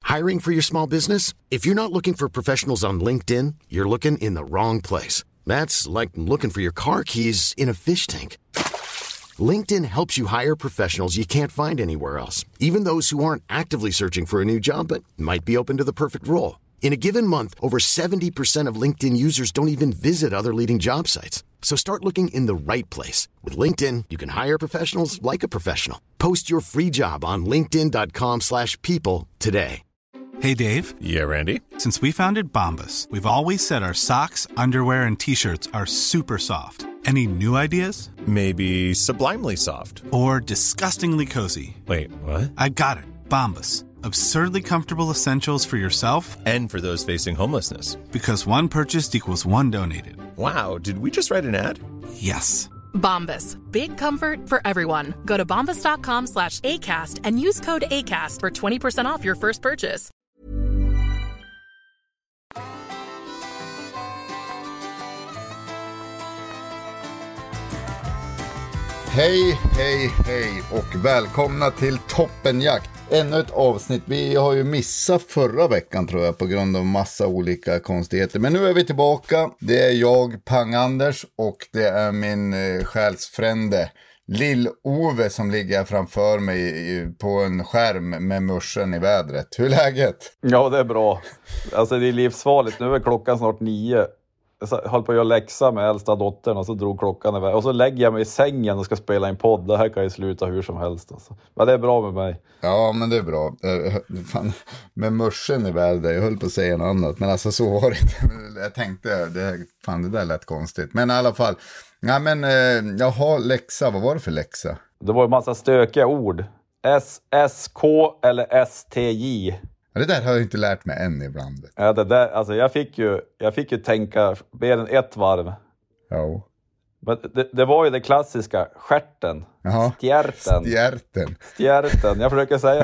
Hiring for your small business? If you're not looking for professionals on LinkedIn, you're looking in the wrong place. That's like looking for your car keys in a fish tank. LinkedIn helps you hire professionals you can't find anywhere else, even those who aren't actively searching for a new job but might be open to the perfect role. In a given month, over 70% of LinkedIn users don't even visit other leading job sites. So start looking in the right place. With LinkedIn, you can hire professionals like a professional. Post your free job on linkedin.com/people today. Hey, Dave. Yeah, Randy. Since we founded Bombas, we've always said our socks, underwear, and T-shirts are super soft. Any new ideas? Maybe sublimely soft. Or disgustingly cozy. Wait, what? I got it. Bombas. Absurdly comfortable essentials for yourself and for those facing homelessness. Because one purchased equals one donated. Wow, did we just write an ad? Yes. Bombas. Big comfort for everyone. Go to bombas.com/ACAST and use code ACAST for 20% off your first purchase. Hej, hej, hej och välkomna till Toppenjakt. Ännu ett avsnitt. Vi har ju missat förra veckan tror jag på grund av massa olika konstigheter. Men nu är vi tillbaka. Det är jag, Pang-Anders, och det är min själsfrände Lill-Ove som ligger framför mig på en skärm med mörsen i vädret. Hur är läget? Ja, det är bra. Alltså det är livsfarligt. Nu är klockan snart 9. Jag höll på att göra läxa med äldsta dottern och så drog klockan iväg. Och så lägger jag mig i sängen och ska spela en podd. Det här kan ju sluta hur som helst. Alltså. Men det är bra med mig. Ja, men det är bra. Fan, med mörsen i vädret, jag höll på att säga något annat. Men alltså så var det inte. Jag tänkte, det där lät konstigt. Men i alla fall, ja men jag har läxa. Vad var det för läxa? Det var en massa stökiga ord. SSK eller STJ. Ja, det där har jag inte lärt mig än ibland. Ja, det där, alltså jag fick ju tänka mer än ett varv. Ja. Men det var ju det klassiska, stjärten. Jaha. Stjärten. Jag försöker säga.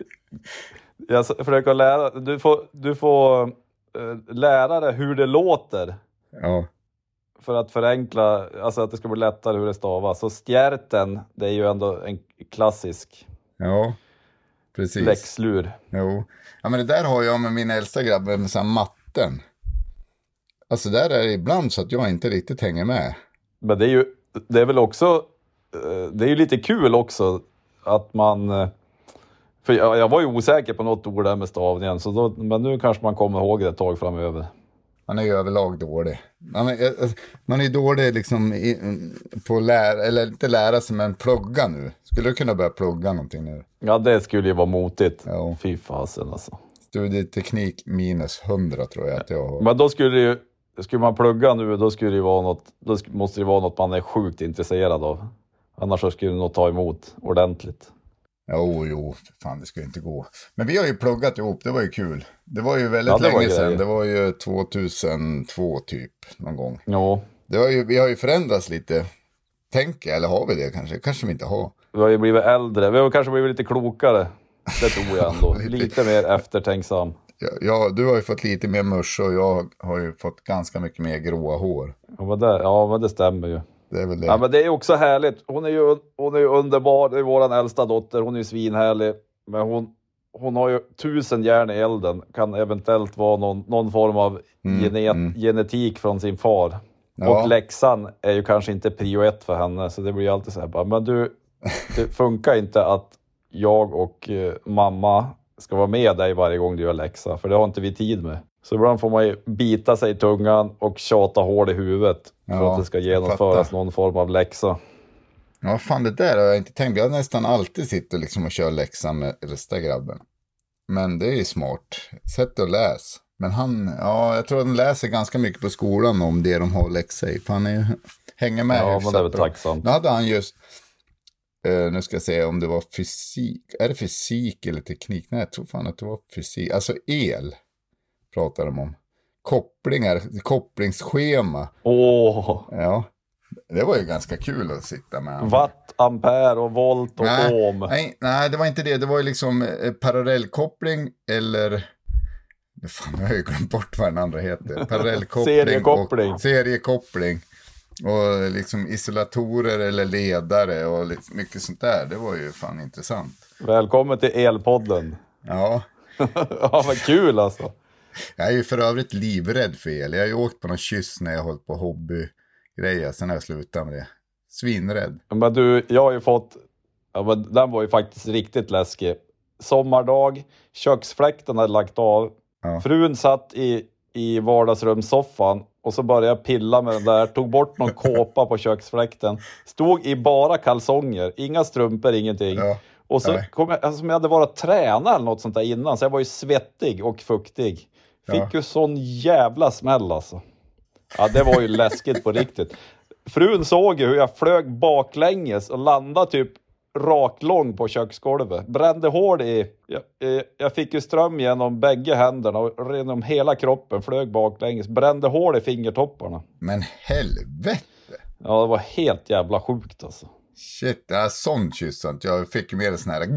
Jag försöker lära. Du får lära dig hur det låter. Ja. För att förenkla, alltså att det ska bli lättare hur det stavas. Så stjärten, det är ju ändå en klassisk. Ja. Precis. Läxlur. Jo. Ja, men det där har jag med min äldsta grabb med sån matten. Alltså där är det ibland så att jag inte riktigt hänger med. Men det är väl också, det är ju lite kul också att man, för jag var ju osäker på något ord där med stavningen, så då, men nu kanske man kommer ihåg det ett tag framöver. Man är ju överlag dålig. Man är dålig liksom på eller inte lära sig, men plugga nu. Skulle du kunna börja plugga någonting nu? Ja, det skulle ju vara motigt. Ja. Fy fasen alltså. Studieteknik minus 100 tror jag att jag har. Men då skulle man plugga nu, då skulle det vara något, då måste det vara något man är sjukt intresserad av. Annars så skulle det nog ta emot ordentligt. Jo, fan det ska inte gå. Men vi har ju pluggat ihop, det var ju kul. Det var ju väldigt länge sedan, det var ju 2002 typ någon gång. Ja. Vi har ju förändrats lite, tänker jag, eller har vi det kanske? Kanske vi inte har. Vi har ju blivit äldre, vi har kanske blivit lite klokare. Det tror jag ändå, lite mer eftertänksam. Ja, du har ju fått lite mer mörs och jag har ju fått ganska mycket mer gråa hår. Ja, men det stämmer ju. Det är väl det. Ja, men det är också härligt. Hon är ju underbar. Det är våran äldsta dotter. Hon är ju svinhärlig. Men hon har ju 1000 järn i elden. Kan eventuellt vara någon form av genetik från sin far. Ja. Och läxan är ju kanske inte prio 1 för henne. Så det blir ju alltid så här. Bara, men det funkar inte att jag och mamma ska vara med dig varje gång du gör läxa. För det har inte vi tid med. Så ibland får man ju bita sig i tungan och tjata hål i huvudet för att det ska genomföras någon form av läxa. Ja, fan det där har jag inte tänkt. Jag nästan alltid sitter liksom och kör läxan med resta grabben. Men det är ju smart. Sätt och läs. Men jag tror att han läser ganska mycket på skolan om det de har läxa i. För han hänger med. Ja, men det är väl tacksamt. Nu hade han just, nu ska jag säga om det var fysik. Är det fysik eller teknik? Nej, jag tror fan att det var fysik. Alltså el. Pratar de om. Kopplingsschema. Ja, det var ju ganska kul att sitta med. Watt, ampere och volt och ohm. Nej, det var inte det. Det var ju liksom parallellkoppling eller... Fan, jag har ju glömt bort vad den andra heter. Parallellkoppling. Seriekoppling. Och liksom isolatorer eller ledare och mycket sånt där. Det var ju fan intressant. Välkommen till Elpodden. Ja. Ja, vad kul alltså. Jag är ju för övrigt livrädd för el. Jag har ju åkt på någon kyss när jag har hållit på hobbygrejer. Sen har jag slutat med det. Svinrädd. Men du, jag har ju fått... Ja, men den var ju faktiskt riktigt läskig. Sommardag, köksfläkten hade lagt av. Ja. Frun satt i vardagsrumssoffan och så började jag pilla med den där. Tog bort någon kåpa på köksfläkten. Stod i bara kalsonger. Inga strumpor, ingenting. Ja. Och så kom jag, som jag hade varit tränad eller något sånt där innan. Så jag var ju svettig och fuktig. Fick ju sån jävla smäll alltså. Ja, det var ju läskigt på riktigt. Frun såg ju hur jag flög baklänges och landade typ raklång på köksgolvet. Brände hål i... Jag fick ju ström genom bägge händerna och genom hela kroppen. Flög baklänges. Brände hål i fingertopparna. Men helvete! Ja, det var helt jävla sjukt alltså. Shit, det är sån kyss. Jag fick ju mer sån här...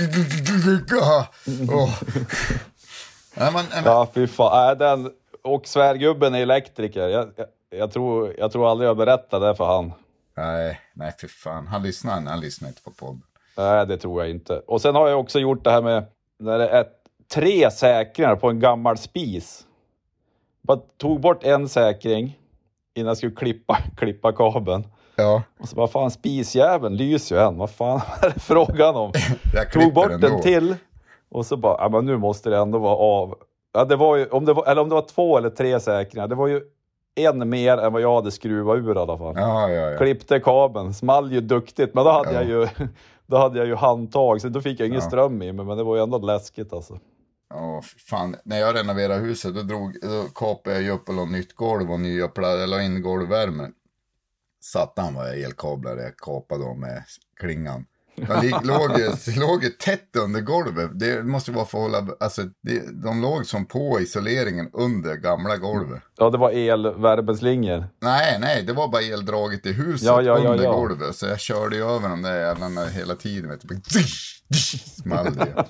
Ja, fy fan. Den... Och svärgubben är elektriker. Jag tror aldrig jag berättade det för han. Nej för fan. Han lyssnar inte på podden. Nej, det tror jag inte. Och sen har jag också gjort det här med när det är 3 säkringar på en gammal spis. Bara tog bort en säkring innan jag skulle klippa kabeln. Ja. Och så bara fan, spisjäveln lyser ju än. Vad fan är det frågan om? Tog bort den till. Och så bara, men nu måste det ändå vara av. Ja, det var ju, om det var 2 eller 3 säkringar. Det var ju en mer än vad jag hade skruvat ur i alla fall. Ja. Klippte kabeln, small ju duktigt. Men då hade jag ju handtag. Så då fick jag ingen ström i mig. Men det var ju ändå läskigt alltså. Ja, fan. När jag renoverade huset då kapade jag ju upp och la nytt golv och nya jag la in golvvärmen. Satt han var jag elkablare, jag kapade då med klingan. Jag låg ju tätt under golvet. Det måste vara för att hålla, alltså de låg som på isoleringen under gamla golvet. Ja, det var elvärmeslingor. Nej, det var bara eldraget i huset under golvet. Så jag körde ju över de där jävlarna hela tiden. Small det.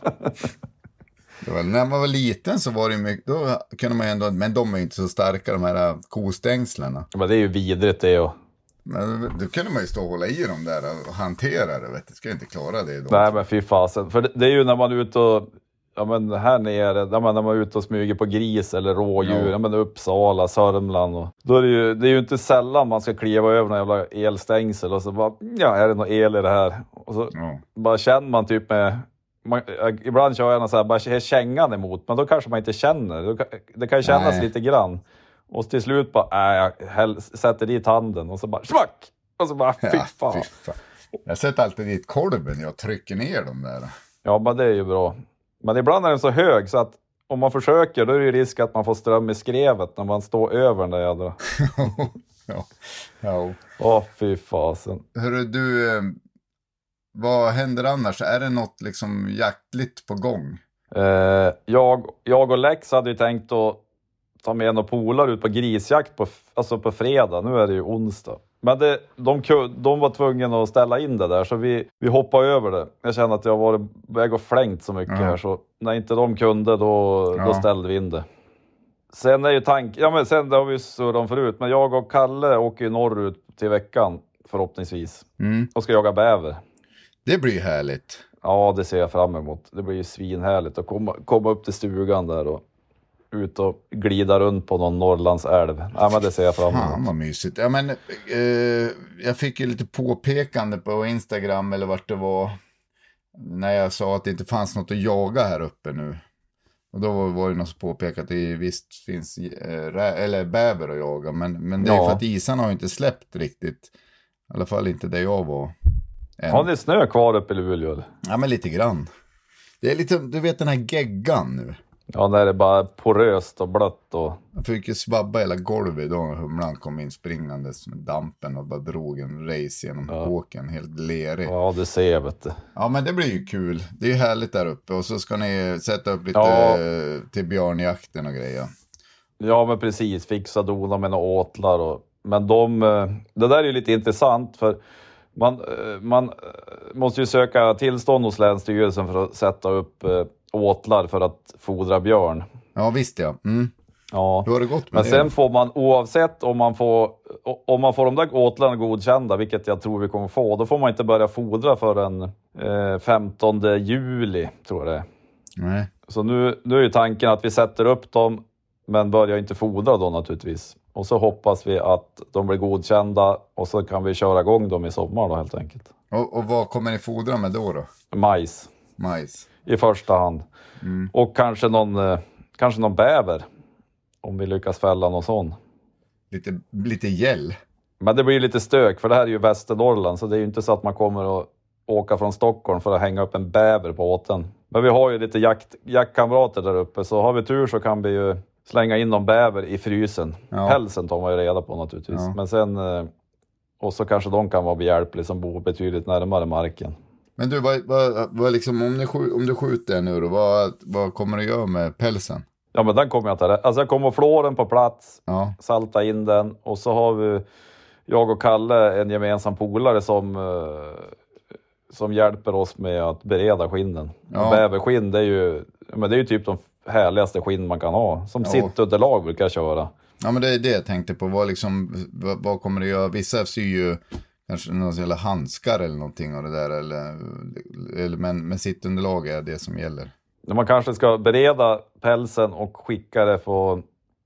När man var liten så var det mycket, då kunde man ändå, men de är inte så starka de här kostängslarna. Men det är ju vidrigt det och. Men då kunde man ju stå och hålla i dem där och hantera det, vet du. Ska jag inte klara det då. Nej, men fy fasen. För det är ju när man är ute och, ja men här nere, när man är ute och smyger på gris eller rådjur, ja men Uppsala, Sörmland och, då är det är ju inte sällan man ska kliva över någon jävla elstängsel och så bara, är det någon el i det här? Och så bara känner man typ med, ibland kör jag någon så här, bara kängan emot, men då kanske man inte känner. Det kan kännas lite grann. Och till slut bara, jag sätter dit handen och så bara, smack! Och så bara, fy fan. Jag sätter alltid dit kolven, jag trycker ner dem där. Ja, men det är ju bra. Men ibland är den så hög så att om man försöker, då är det ju risk att man får ström i skrevet när man står över den där jädra. Ja. Fy fasen. Hörru du, vad händer annars? Är det något liksom jaktligt på gång? Jag och Lex hade ju tänkt att ta med några polare ut på grisjakt på fredag. Nu är det ju onsdag. Men de var tvungna att ställa in det där. Så vi hoppade över det. Jag känner att jag har varit väg och flängt så mycket här. Så när inte de kunde då ställde vi in det. Sen är ju sen det har vi surrat om förut. Men jag och Kalle åker ju norrut till veckan förhoppningsvis. Och ska jaga bäver. Det blir härligt. Ja, det ser jag fram emot. Det blir ju svinhärligt att komma upp till stugan där och ut och glida runt på någon Norrlandsälv. Ja, men det ser jag fram emot. Fan vad mysigt. Ja, men, jag fick ju lite påpekande på Instagram eller vart det var när jag sa att det inte fanns något att jaga här uppe nu. Och då var det någon som påpekade att det visst finns eller bäver att jaga. Men det är för att isarna har inte släppt riktigt. I alla fall inte där jag var. Har ni snö kvar uppe i Luleå? Ja, men lite grann. Det är lite, du vet den här geggan nu. Ja, när det är bara poröst och blött och... Jag fick ju svabba hela golvet då när humlan kom in springandes med dampen och bara drog en race genom åken, helt lerig. Ja, det ser jag, vet du. Ja, men det blir ju kul. Det är ju härligt där uppe och så ska ni sätta upp lite till björnjakten och grejer. Ja, men precis. Fixa dona med några åtlar men det där är ju lite intressant för man måste ju söka tillstånd hos Länsstyrelsen för att sätta upp åtlar för att fodra björn. Ja, visst ja. Ja. Hur har det gått med men det? Sen får man, oavsett om man får de där åtlarna godkända, vilket jag tror vi kommer få, då får man inte börja fodra förrän 15 juli, tror jag det är. Nej. Så nu är ju tanken att vi sätter upp dem, men börjar inte fodra då naturligtvis. Och så hoppas vi att de blir godkända och så kan vi köra igång dem i sommar då helt enkelt. Och vad kommer ni fodra med då? Majs. I första hand. Och kanske någon bäver. Om vi lyckas fälla någon sån. Lite gäll. Men det blir lite stök, för det här är ju Västernorrland. Så det är ju inte så att man kommer att åka från Stockholm för att hänga upp en bäver på åten. Men vi har ju lite jaktkamrater där uppe. Så har vi tur så kan vi ju slänga in någon bäver i frysen. Ja. Pälsen tar man ju reda på naturligtvis. Ja. Men sen... Och så kanske de kan vara behjälpliga som bor betydligt närmare marken. Men du, vad liksom, om du skjuter nu då, vad kommer du göra med pälsen? Ja, men den kommer jag ta. Alltså jag kommer att flå den på plats, salta in den. Och så har vi, jag och Kalle, en gemensam polare som hjälper oss med att bereda skinnen. Ja. Bäverskinn, det är ju typ de härligaste skinn man kan ha. Som sittunderlag brukar jag köra. Ja, men det är det jag tänkte på. Vad kommer det göra? Vissa syr ju kanske någon jävla handskar eller någonting av det där. Men sittunderlag är det som gäller. Man kanske ska bereda pälsen och skicka det på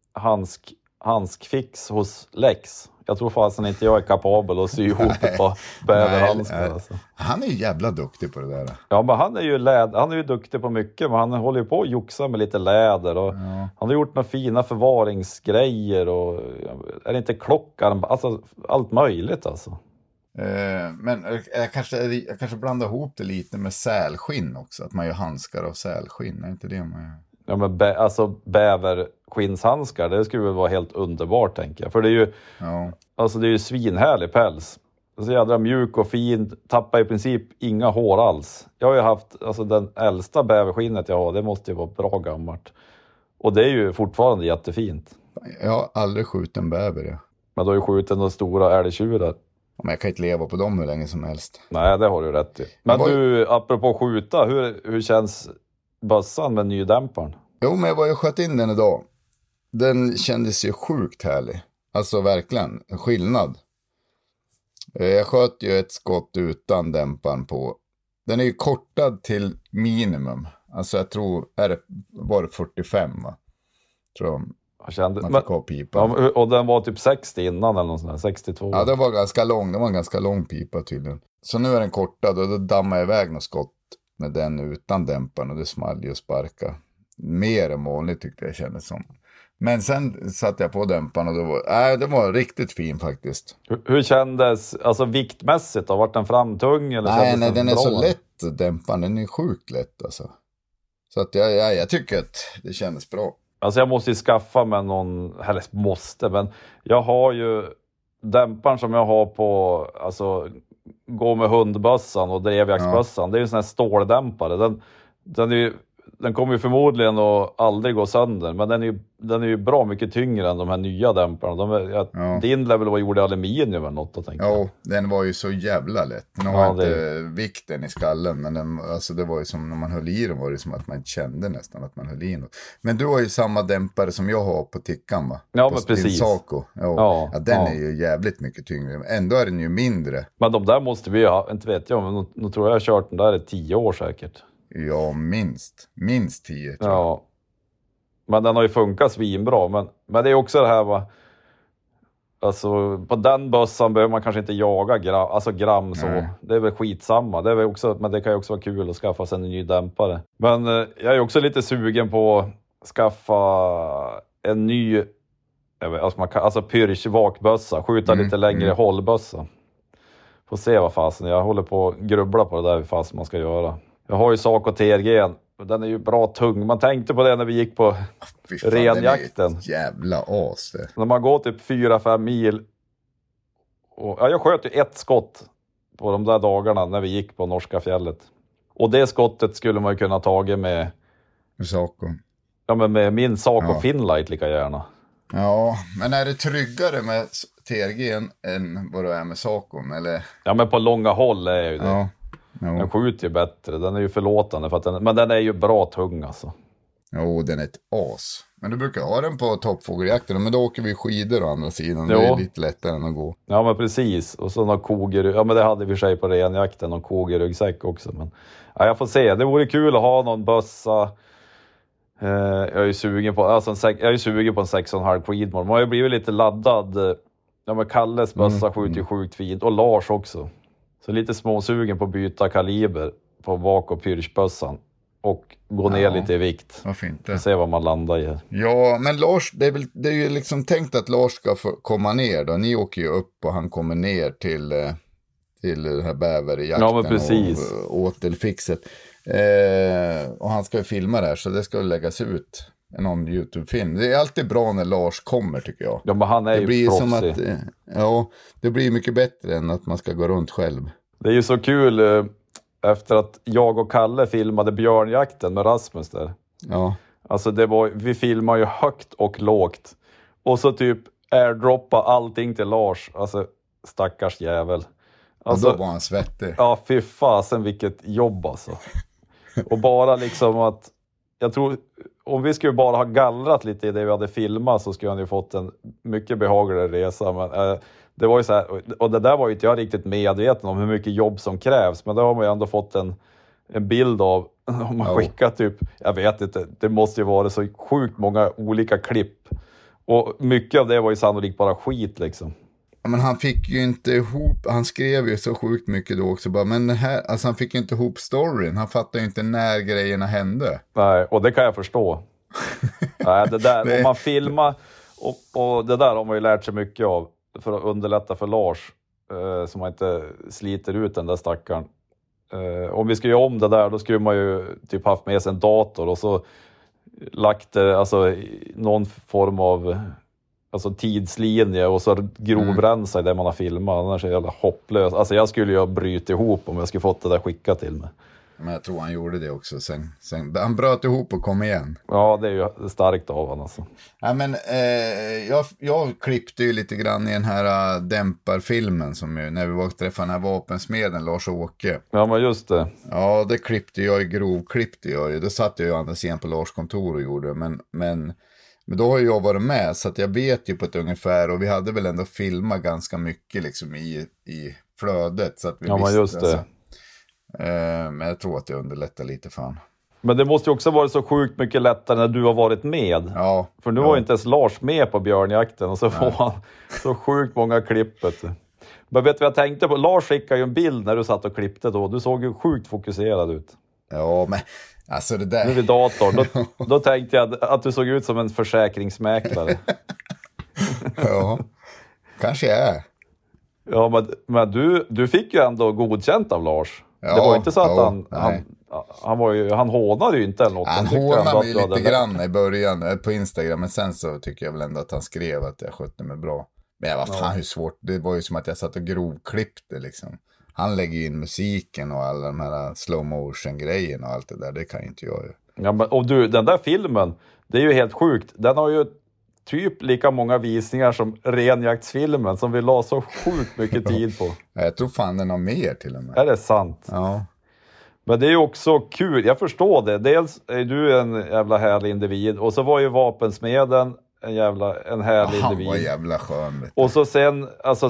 handskfix hos Lex. Jag tror fasen inte jag är kapabel att sy ihop det på bäverhandskar. Alltså. Han är ju jävla duktig på det där. Ja, men han är ju duktig på mycket. Men han håller ju på att joxa med lite läder. Och han har gjort några fina förvaringsgrejer. Och är det inte klockan? Alltså allt möjligt alltså. Men jag kanske blandar ihop det lite med sälskinn också. Att man gör handskar av sälskinn. Är inte det man gör? Ja, men bäverskinshandskar, det skulle väl vara helt underbart, tänker jag. För det är ju, alltså det är ju svinhärlig päls. Så jädra mjuk och fin, tappar i princip inga hår alls. Jag har ju haft, alltså den äldsta bäverskinnet jag har, det måste ju vara bra gammalt. Och det är ju fortfarande jättefint. Jag har aldrig skjutit en bäver, ja. Men du har ju skjutit några stora älgtjurar. Men jag kan inte leva på dem hur länge som helst. Nej, det har du rätt i. Men du, apropå skjuta, hur känns bössan med nydämparen? Jo, men jag var ju sköt in den idag. Den kändes ju sjukt härlig. Alltså verkligen, en skillnad. Jag sköt ju ett skott utan dämparen på. Den är ju kortad till minimum. Alltså jag tror, var det 45 va? Tror jag. Man fick ha pipa. Ja, och den var typ 60 innan eller något sånt där, 62. Ja, den var ganska lång. Det var en ganska lång pipa tydligen. Så nu är den kortad och då dammar jag iväg något skott med den utan dämparen och det small ju och sparka. Mer än vanligt tyckte jag kändes som. Men sen satte jag på dämparen och det var riktigt fin faktiskt. Hur kändes, alltså viktmässigt då? Vart den framtung? Eller nej, den är så lätt dämparen. Den är sjukt lätt alltså. Så att jag tycker att det kändes bra. Alltså jag måste ju skaffa mig men jag har ju dämparen som jag har på, alltså gå med hundbössan och drevjaktsbössan. Det är ju en sån här ståldämpare. Den kommer ju förmodligen att aldrig gå sönder. Men den är ju bra mycket tyngre än de här nya dämparna. Din level var gjord i aluminium eller något att tänka. Ja, den var ju så jävla lätt. Den har inte vikten i skallen. Men alltså det var ju som när man höll i den var det som att man inte kände nästan att man höll i något. Men du har ju samma dämpare som jag har på tickan va? Ja, men precis. Saco. Ja, den är ju jävligt mycket tyngre. Ändå är den ju mindre. Men de där måste vi ha, inte vet jag. Men nu tror jag kört den där i 10 år säkert. Ja, minst 10 tror jag. Ja. Men den har ju funkat svinbra. Men det är också det här va. Alltså på den bössan behöver man kanske inte jaga gram så. Nej. Det är väl skitsamma. Det är väl också, men det kan ju också vara kul att skaffa sig en ny dämpare. Men jag är också lite sugen på att skaffa en ny Pyrsch vakbössa. Skjuta lite längre hållbössa. Får se vad fasen. Jag håller på att grubbla på det där hur fasen man ska göra. Jag har ju Saco TRG. Den är ju bra tung. Man tänkte på det när vi gick på renjakten. Jävla as det. När man går typ 4-5 mil. Jag sköt ju ett skott på de där dagarna när vi gick på Norska fjället. Och det skottet skulle man ju kunna tagit med Saco. Ja, men med min Saco Finlight lika gärna. Ja, men är det tryggare med TRG än vad det är med Saco? Eller? Ja, men på långa håll är ju det. Ja. Den skjuter ju bättre. Den är ju förlåtande för att men den är ju bra tung alltså. Jo, den är ett as. Men du brukar ha den på toppfågeljakten. Men då åker vi skidor å andra sidan. Det är lite lättare än att gå. Ja, men precis. Och så någon koger. Ja, men det hade vi sig på renjakten. Någon kogerryggsäck också. Men jag får se. Det vore kul att ha någon bössa. Jag är ju sugen på, alltså jag är sugen på en 6,5 Creedmoor. Man har ju blivit lite laddad. Ja, men Kalles bössa skjuter ju sjukt fint. Och Lars också. Så lite småsugen på att byta kaliber på bak- och pyrschbössan. Och gå ner lite i vikt. Varför inte? Och se vad man landar i. Ja, men Lars, det är ju liksom tänkt att Lars ska få komma ner då. Ni åker ju upp och han kommer ner till den här bäverjakten. Ja, men precis. Och återfixet. Och han ska ju filma det här, så det ska läggas ut någon YouTube-film. Det är alltid bra när Lars kommer, tycker jag. Ja, men han är det ju blir proffsig. som att, ja, det blir mycket bättre än att man ska gå runt själv. Det är ju så kul efter att jag och Kalle filmade björnjakten med Rasmus där. Ja. Alltså vi filmar ju högt och lågt. Och så typ airdroppa allting till Lars. Alltså stackars jävel. Alltså, Och då var han svettig. Ja, fy fasen vilket jobb alltså. Och bara liksom att, jag tror, om vi skulle bara ha gallrat lite i det vi hade filmat så skulle han ju fått en mycket behagligare resa. Men det var ju så här, och det där var ju inte jag riktigt medveten om hur mycket jobb som krävs. Men det har man ju ändå fått en bild av. Om man skickar typ, jag vet inte, det måste ju vara så sjukt många olika klipp. Och mycket av det var ju sannolikt bara skit liksom. Men han fick ju inte ihop, han skrev ju så sjukt mycket då också bara, men här, alltså han fick ju inte ihop storyn, han fattar ju inte när grejerna hände. Nej, och det kan jag förstå. Nej, det där, om man filmar, och det där har man ju lärt sig mycket av för att underlätta för Lars, så man inte sliter ut den där stackaren. Om vi ska göra om det där, då skulle man ju typ haft med sig en dator och så lagt alltså någon form av tidslinje och så grovrensa i det man har filmat. Annars är det jävla hopplöst. Alltså jag skulle ju ha bryt ihop om jag skulle fått det där skickat till mig. Men jag tror han gjorde det också. Sen han bröt ihop och kom igen. Ja, det är ju starkt av honom alltså. Ja, men jag klippte ju lite grann i den här dämparfilmen som ju, när vi var och träffade den här vapensmeden, Lars-Åke. Ja, men just det. Ja, det klippte jag i grovklippte jag ju. Då satt jag ju andra sidan på Lars kontor och gjorde det. Men då har jag varit med så att jag vet ju på ett ungefär, och vi hade väl ändå filmat ganska mycket liksom i flödet så att vi visste. Men just det. Alltså. Men jag tror att det underlättar lite fan. Men det måste ju också vara så sjukt mycket lättare när du har varit med. Ja. För nu var ju inte ens Lars med på björnjakten och så får han så sjukt många klippet. Men vet du vad jag tänkte på? Lars skickade ju en bild när du satt och klippte då. Du såg ju sjukt fokuserad ut. Ja, men alltså det där... Nu vid datorn. Då tänkte jag att du såg ut som en försäkringsmäklare. Ja, kanske jag är. Ja, men du fick ju ändå godkänt av Lars. Ja, det var inte så att han hånade ju inte eller något. Han hånade mig lite grann i början på Instagram, men sen så tycker jag väl ändå att han skrev att jag skötte mig bra. Men vad fan, hur svårt, det var ju som att jag satt och grovklippte liksom. Han lägger in musiken och alla de här slow motion grejerna och allt det där, det kan ju inte jag ju. Ja, men, och du, den där filmen, det är ju helt sjukt. Den har ju typ lika många visningar som renjaktsfilmen som vi la så sjukt mycket tid på. Jag tror fan den har mer till och med. Är det sant? Ja. Men det är ju också kul, jag förstår det. Dels är du en jävla härlig individ och så var ju vapensmeden en härlig individ. Han var jävla skön. Och så sen,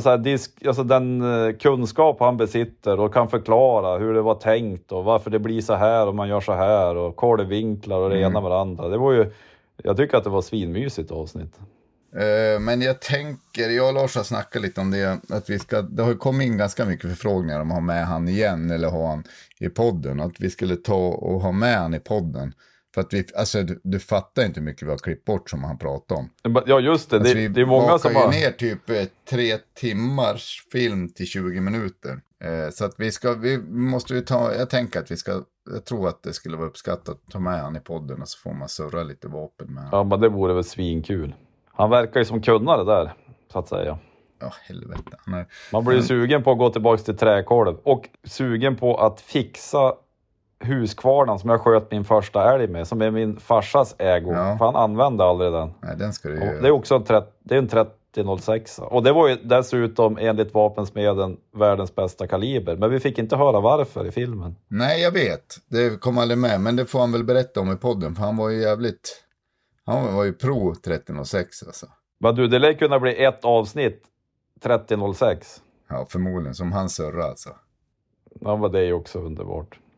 den kunskap han besitter och kan förklara hur det var tänkt och varför det blir så här och man gör så här och kolvinklar och det ena med det andra. Det var ju, jag tycker att det var svinmysigt avsnitt. Men jag och Lars har snackat lite om det, att det har kommit in ganska mycket förfrågningar om att ha med han igen eller ha han i podden. Att vi skulle ta och ha med han i podden. För att du fattar inte hur mycket vi har klippt bort som han pratar om. Ja just det, alltså, det är många som har... ner typ 3 timmars film till 20 minuter. Så att vi måste ju jag tänker att jag tror att det skulle vara uppskattat att ta med han i podden och så får man surra lite vapen med. Ja, men det vore väl svinkul. Han verkar ju som kunnare där, så att säga. Ja, helvete. Man blir sugen på att gå tillbaka till träkolv och sugen på att fixa huskvarnan som jag sköt min första älg med, som är min farsas ägo. Ja. För han använde aldrig den. Nej, den ska du göra. Det är också en 3006. Och det var ju dessutom enligt vapensmeden världens bästa kaliber. Men vi fick inte höra varför i filmen. Nej, jag vet. Det kom aldrig med. Men det får han väl berätta om i podden. För han var ju han var ju pro 3006 alltså. Men du, det lär kunna bli ett avsnitt 3006. Ja, förmodligen. Som han surrar alltså. Ja, men det är ju också underbart.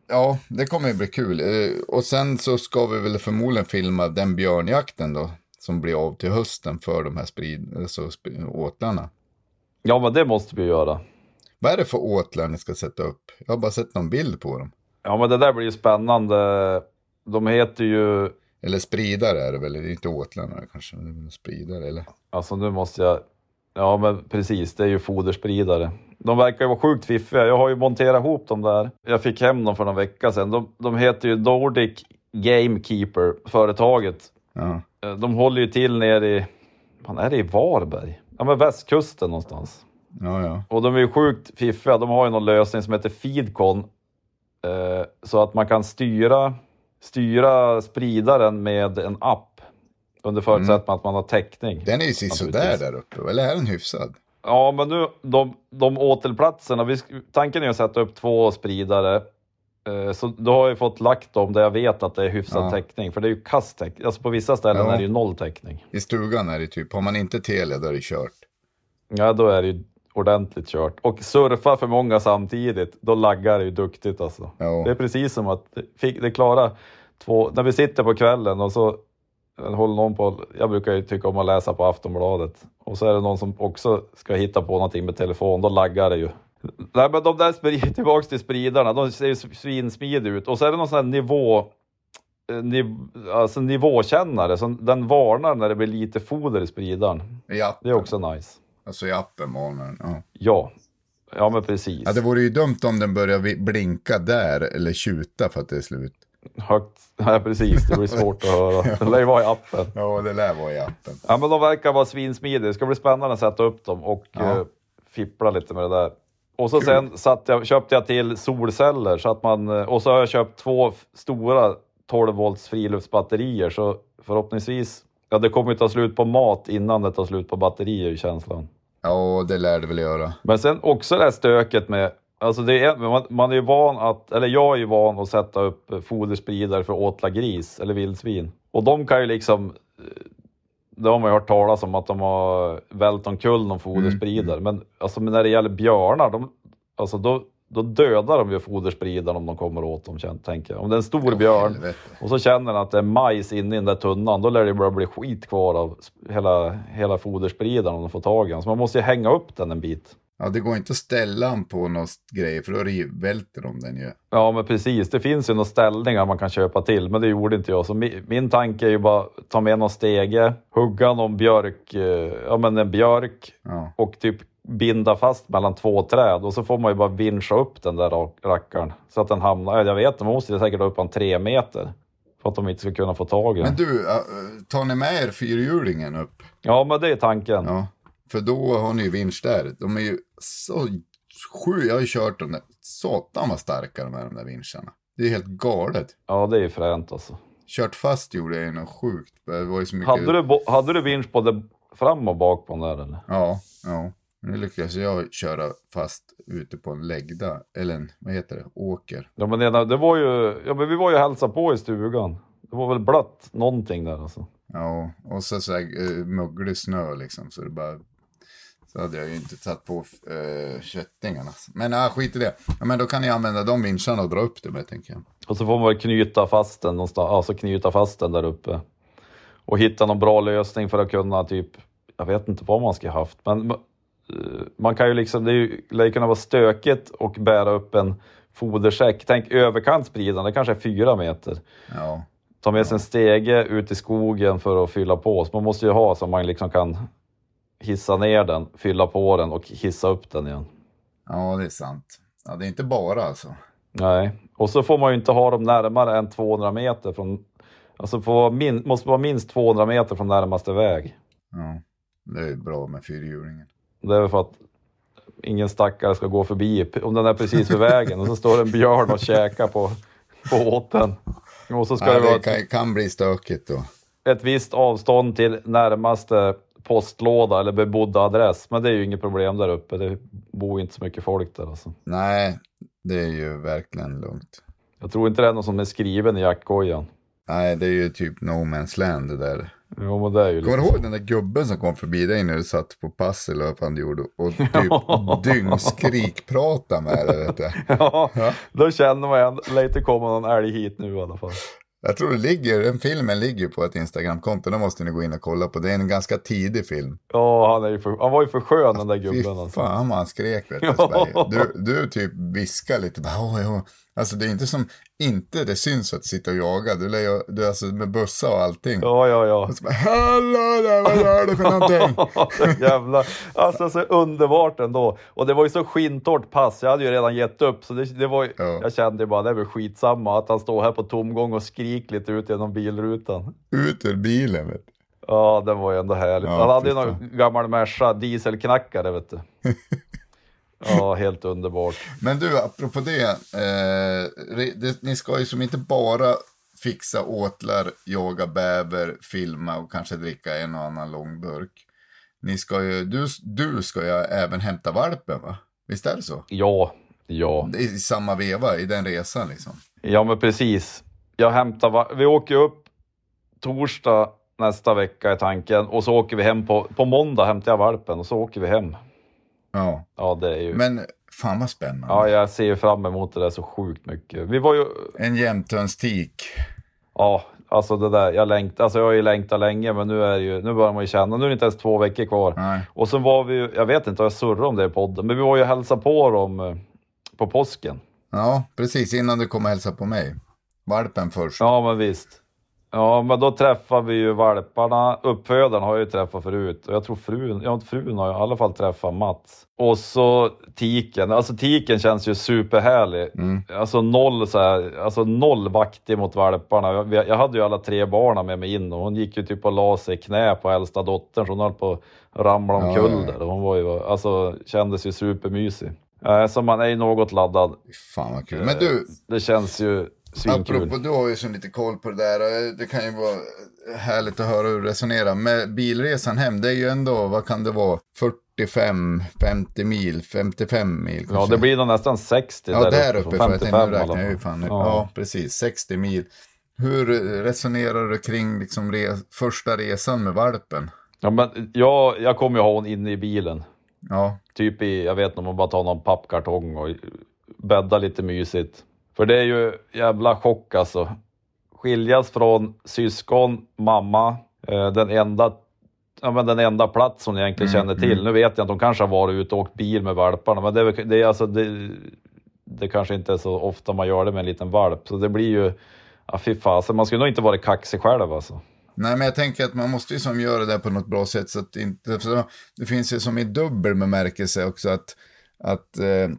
Ja, det kommer ju bli kul. Och sen så ska vi väl förmodligen filma den björnjakten då, som blir av till hösten för de här åtlarna. Ja, men det måste vi göra. Vad är det för åtlar ni ska sätta upp? Jag har bara sett någon bild på dem. Ja, men det där blir ju spännande. De heter ju... Eller spridare är det väl? Det är inte åtlarna kanske, det är spridare eller? Alltså nu måste jag... Ja, men precis, det är ju foderspridare. De verkar ju vara sjukt fiffiga. Jag har ju monterat ihop dem där. Jag fick hem dem för någon vecka sedan. De heter ju Nordic Gamekeeper, företaget. Ja. De håller ju till nere i... Fan, är det i Varberg? Ja, men västkusten någonstans. Ja. Och de är ju sjukt fiffiga. De har ju någon lösning som heter Feedcon. Så att man kan styra spridaren med en app. Under förutsättning att man har täckning. Den är ju sådär där uppe. Eller är den hyfsad? Ja, men nu de återplatserna. Tanken är att sätta upp 2 spridare. Så då har jag fått lagt dem där jag vet att det är hyfsad täckning. För det är ju kasttäckning. Alltså på vissa ställen är det ju nolltäckning. I stugan är det typ, har man inte tele då är det kört. Ja, då är det ju ordentligt kört. Och surfa för många samtidigt, då laggar det ju duktigt alltså. Ja. Det är precis som att det klara 2, när vi sitter på kvällen och så håller någon på, jag brukar ju tycka om att läsa på Aftonbladet. Och så är det någon som också ska hitta på någonting med telefon, då laggar det ju. Nej, men de där tillbaks till spridarna, de ser ju svinsmidiga ut. Och så är det någon sån här nivåkännare, så den varnar när det blir lite foder i spridaren. Det är också nice. Alltså i appen varnar den, Ja, men precis. Ja, det vore ju dumt om den börjar blinka där eller tjuta för att det är slut. Högt, ja precis, det blir svårt att höra. Det lär ju vara i appen. Ja, det lär vara i appen. Ja, men de verkar vara svinsmidiga. Det ska bli spännande att sätta upp dem och fippla lite med det där. Och så sen köpte jag till solceller så att och så har jag köpt 2 stora 12 volts friluftsbatterier, så förhoppningsvis, det kommer ju ta slut på mat innan det tar slut på batterier i känslan. Ja, det lär det väl göra. Men sen också det här stöket med, alltså man är ju jag är ju van att sätta upp foderspridare för åtla gris eller vildsvin. Och de kan ju liksom, det har man ju hört talas om att de har vält omkull någon foderspridare. Men alltså när det gäller björnar, då dödar de ju foderspridaren om de kommer åt dem, tänker jag. Om det är en stor björn och så känner den att det är majs inne i den där tunnan, då lär det bara bli skit kvar av hela foderspridaren om de får tag i den. Så man måste ju hänga upp den en bit. Ja, det går inte att ställa den på något grej, för då välter de den ju. Ja, men precis. Det finns ju några ställningar man kan köpa till, men det gjorde inte jag. Så min tanke är ju bara ta med någon stege, hugga någon björk, en björk och typ binda fast mellan 2 träd. Och så får man ju bara vinscha upp den där rackaren så att den hamnar, jag vet, man måste säkert upp en 3 meter för att de inte ska kunna få tag i den. Men du, tar ni med er 4-hjulingen upp? Ja, men det är tanken. Ja. För då har ni ju vinsch där. De är ju så jag har ju kört dem där. Satan var starkare med de där vinscharna. Det är helt galet. Ja, det är ju fränt alltså. Kört fast gjorde jag något sjukt. Det var ju så mycket... Hade du vinsch både fram och bak på den där eller? Ja. Nu lyckades jag köra fast ute på en läggda. Eller en, vad heter det? Åker. Ja, men det var ju... Ja, men vi var ju hälsa på i stugan. Det var väl blött någonting där alltså. Ja, och så här, mugglig snö liksom. Så det bara... Så hade jag ju inte tagit på köttingarna. Men skit i det. Ja, men då kan ni använda de vinscharna och dra upp det med, tänker jag. Och så får man knyta fast den någonstans. Alltså knyta fast den där uppe. Och hitta någon bra lösning för att kunna typ... Jag vet inte vad man ska ha haft. Men man kan ju liksom... Det lär kunna vara stökigt och bära upp en fodersäck. Tänk överkantspridaren. Det kanske är 4 meter. Ja. Ta med sig en stege ut i skogen för att fylla på. Så man måste ju ha så man liksom kan... hissa ner den, fylla på den och hissa upp den igen. Ja, det är sant. Ja, det är inte bara alltså. Nej, och så får man ju inte ha dem närmare än 200 meter från... Alltså måste vara minst 200 meter från närmaste väg. Ja, det är bra med 4-hjulingen. Det är för att ingen stackare ska gå förbi om den är precis vid vägen. Och så står en björn och käkar på åten. Och så ska det vara kan bli stökigt då. Ett visst avstånd till närmaste postlåda eller bebodda adress. Men det är ju inget problem där uppe. Det bor inte så mycket folk där alltså. Nej, det är ju verkligen lugnt. Jag tror inte det är någon som är skriven i jackkojan. Nej, det är ju typ No Man's Land det där. Jo, men det är ju Kommer du ihåg den där gubben som kom förbi dig när du satt på pass eller vad fan du gjorde och typ dyngskrik-prata med dig, vet du? Ja, då känner man igen, lite kommer någon älg hit nu i alla fall. Jag tror den filmen ligger på ett Instagram-konto, då måste ni gå in och kolla på. Det är en ganska tidig film. Ja, han var ju för skön den där gubben. Fy alltså. fan man skrek, vet du typ viskar lite bara, alltså det är inte som, inte det syns att sitta och jaga, du alltså med bussa och allting. Ja. Och så bara, hallå, vad gör du för någonting? Jävla, alltså så underbart ändå. Och det var ju så skintort pass, jag hade ju redan gett upp. Så det var ju, jag kände ju bara, det var skitsamma att han står här på tomgång och skrik lite ut genom bilrutan. Ut ur bilen, vet du. Ja, det var ju ändå härligt. Ja, han hade ju någon gammal Merca dieselknackare, vet du. Ja, helt underbart. Men du, apropå det, ni ska ju som inte bara fixa åtlar, jaga bäver, filma och kanske dricka en och annan långburk. Ni ska ju, du ska ju även hämta valpen, va? Visst är det så? Ja. I samma veva, i den resan liksom. Ja, men precis. Vi åker upp torsdag nästa vecka i tanken. Och så åker vi hem på måndag, hämtar jag valpen och så åker vi hem. Ja, det är ju... Men fan vad spännande. Ja, jag ser fram emot det där så sjukt mycket. Vi var ju... En jämtönstik. Ja, alltså det där, jag har ju längtat länge, men nu börjar man ju känna, nu är det inte ens 2 veckor kvar. Nej. Och så var vi, jag vet inte om jag surrade om det i podden, men vi var ju hälsa på dem på påsken. Ja, precis, innan du kommer hälsa på mig. Valpen först. Ja, men visst. Ja, men då träffar vi ju valparna. Uppfödaren har jag ju träffat förut. Och jag tror frun har i alla fall träffat Mats. Och så tiken. Alltså tiken känns ju superhärlig. Alltså noll vaktig mot valparna. Jag hade ju alla 3 barnen med mig in. Och hon gick ju typ och la sig i knä på äldsta dottern. Så hon höll på att ramla omkull där. Hon var ju, alltså kändes ju supermysig. Så man är ju något laddad. Fan vad kul. Men du... Det känns ju... Apropå, du har ju så lite koll på det där. Det kan ju vara härligt att höra hur du resonerar. Med bilresan hem, det är ju ändå, vad kan det vara? 45, 50 mil, 55 mil kanske. Ja, det blir nog nästan 60 där uppe. 55 nu räknar jag ju fan. Ja, precis. 60 mil. Hur resonerar du kring liksom första resan med valpen? Ja, men jag kommer ju ha hon inne i bilen. Ja. Typ jag vet inte om man bara tar någon pappkartong och bädda lite mysigt. För det är ju jävla chock alltså. Skiljas från syskon, mamma, den enda plats hon egentligen känner till. Nu vet jag att de kanske har varit ute och åkt bil med valparna. Men det kanske inte är så ofta man gör det med en liten valp. Så det blir ju, fy fasen, man skulle nog inte vara kaxig själv alltså. Nej, men jag tänker att man måste ju som göra det på något bra sätt. Så att det finns ju som i dubbel bemärkelse också att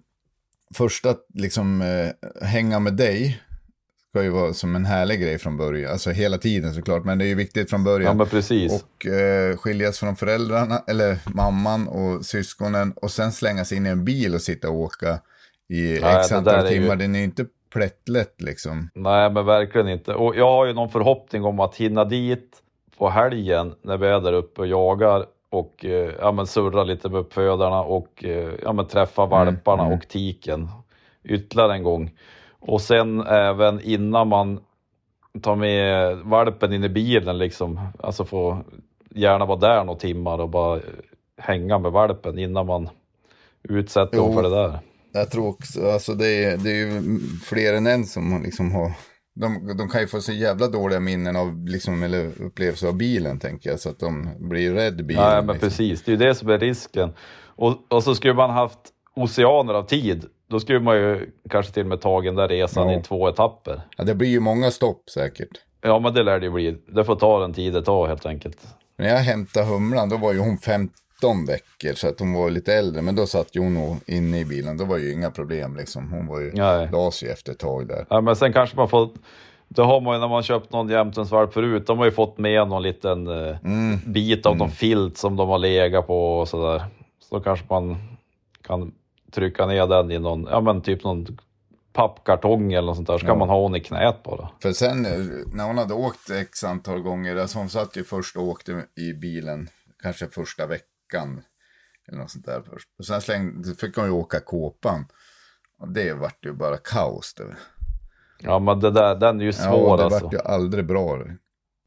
första liksom hänga med dig ska ju vara som en härlig grej från början. Alltså hela tiden såklart, men det är ju viktigt från början. Ja, men precis. Och skiljas från föräldrarna, eller mamman och syskonen, och sen slängas in i en bil och sitta och åka i x antal timmar. Det är ju inte plättlätt liksom. Nej, men verkligen inte. Och jag har ju någon förhoppning om att hinna dit på helgen när vi är där uppe och jagar. Och surra lite med uppfödarna och träffa valparna och tiken ytterligare en gång. Och sen även innan man tar med valpen in i bilen liksom, alltså få gärna vara där några timmar och bara hänga med valpen innan man utsätter dem för det där. Jag tror också, alltså det är ju fler än en som liksom har... De kan ju få så jävla dåliga minnen av liksom, eller upplevelser av bilen, tänker jag, så att de blir rädd bilen. Nej, men liksom. precis, det är ju det som är risken. Och så skulle man haft oceaner av tid, då skulle man ju kanske till och med tagit den där resan i 2 etapper. Ja, det blir ju många stopp säkert. Ja, men det lär det ju bli. Det får ta den tid det tar helt enkelt. När jag hämtade humlan, då var ju hon 15 veckor, så att hon var lite äldre, men då satt ju hon nog inne i bilen, då var ju inga problem liksom. Hon var ju, las ju efter ett tag där. Ja, men sen kanske man får, det har man ju när man köpt någon jämtönsvalp förut, de har ju fått med någon liten bit av någon filt som de har legat på och sådär. Så kanske man kan trycka ner den i någon, typ någon pappkartong eller något sånt där, så kan man ha hon i knät bara. För sen när hon hade åkt x antal gånger, alltså hon satt ju först och åkte i bilen kanske första veckan eller något sånt där först. Och sen fick hon ju åka kåpan. Och det vart ju bara kaos det. Ja, men det där, den är ju svår det alltså. vart ju aldrig bra.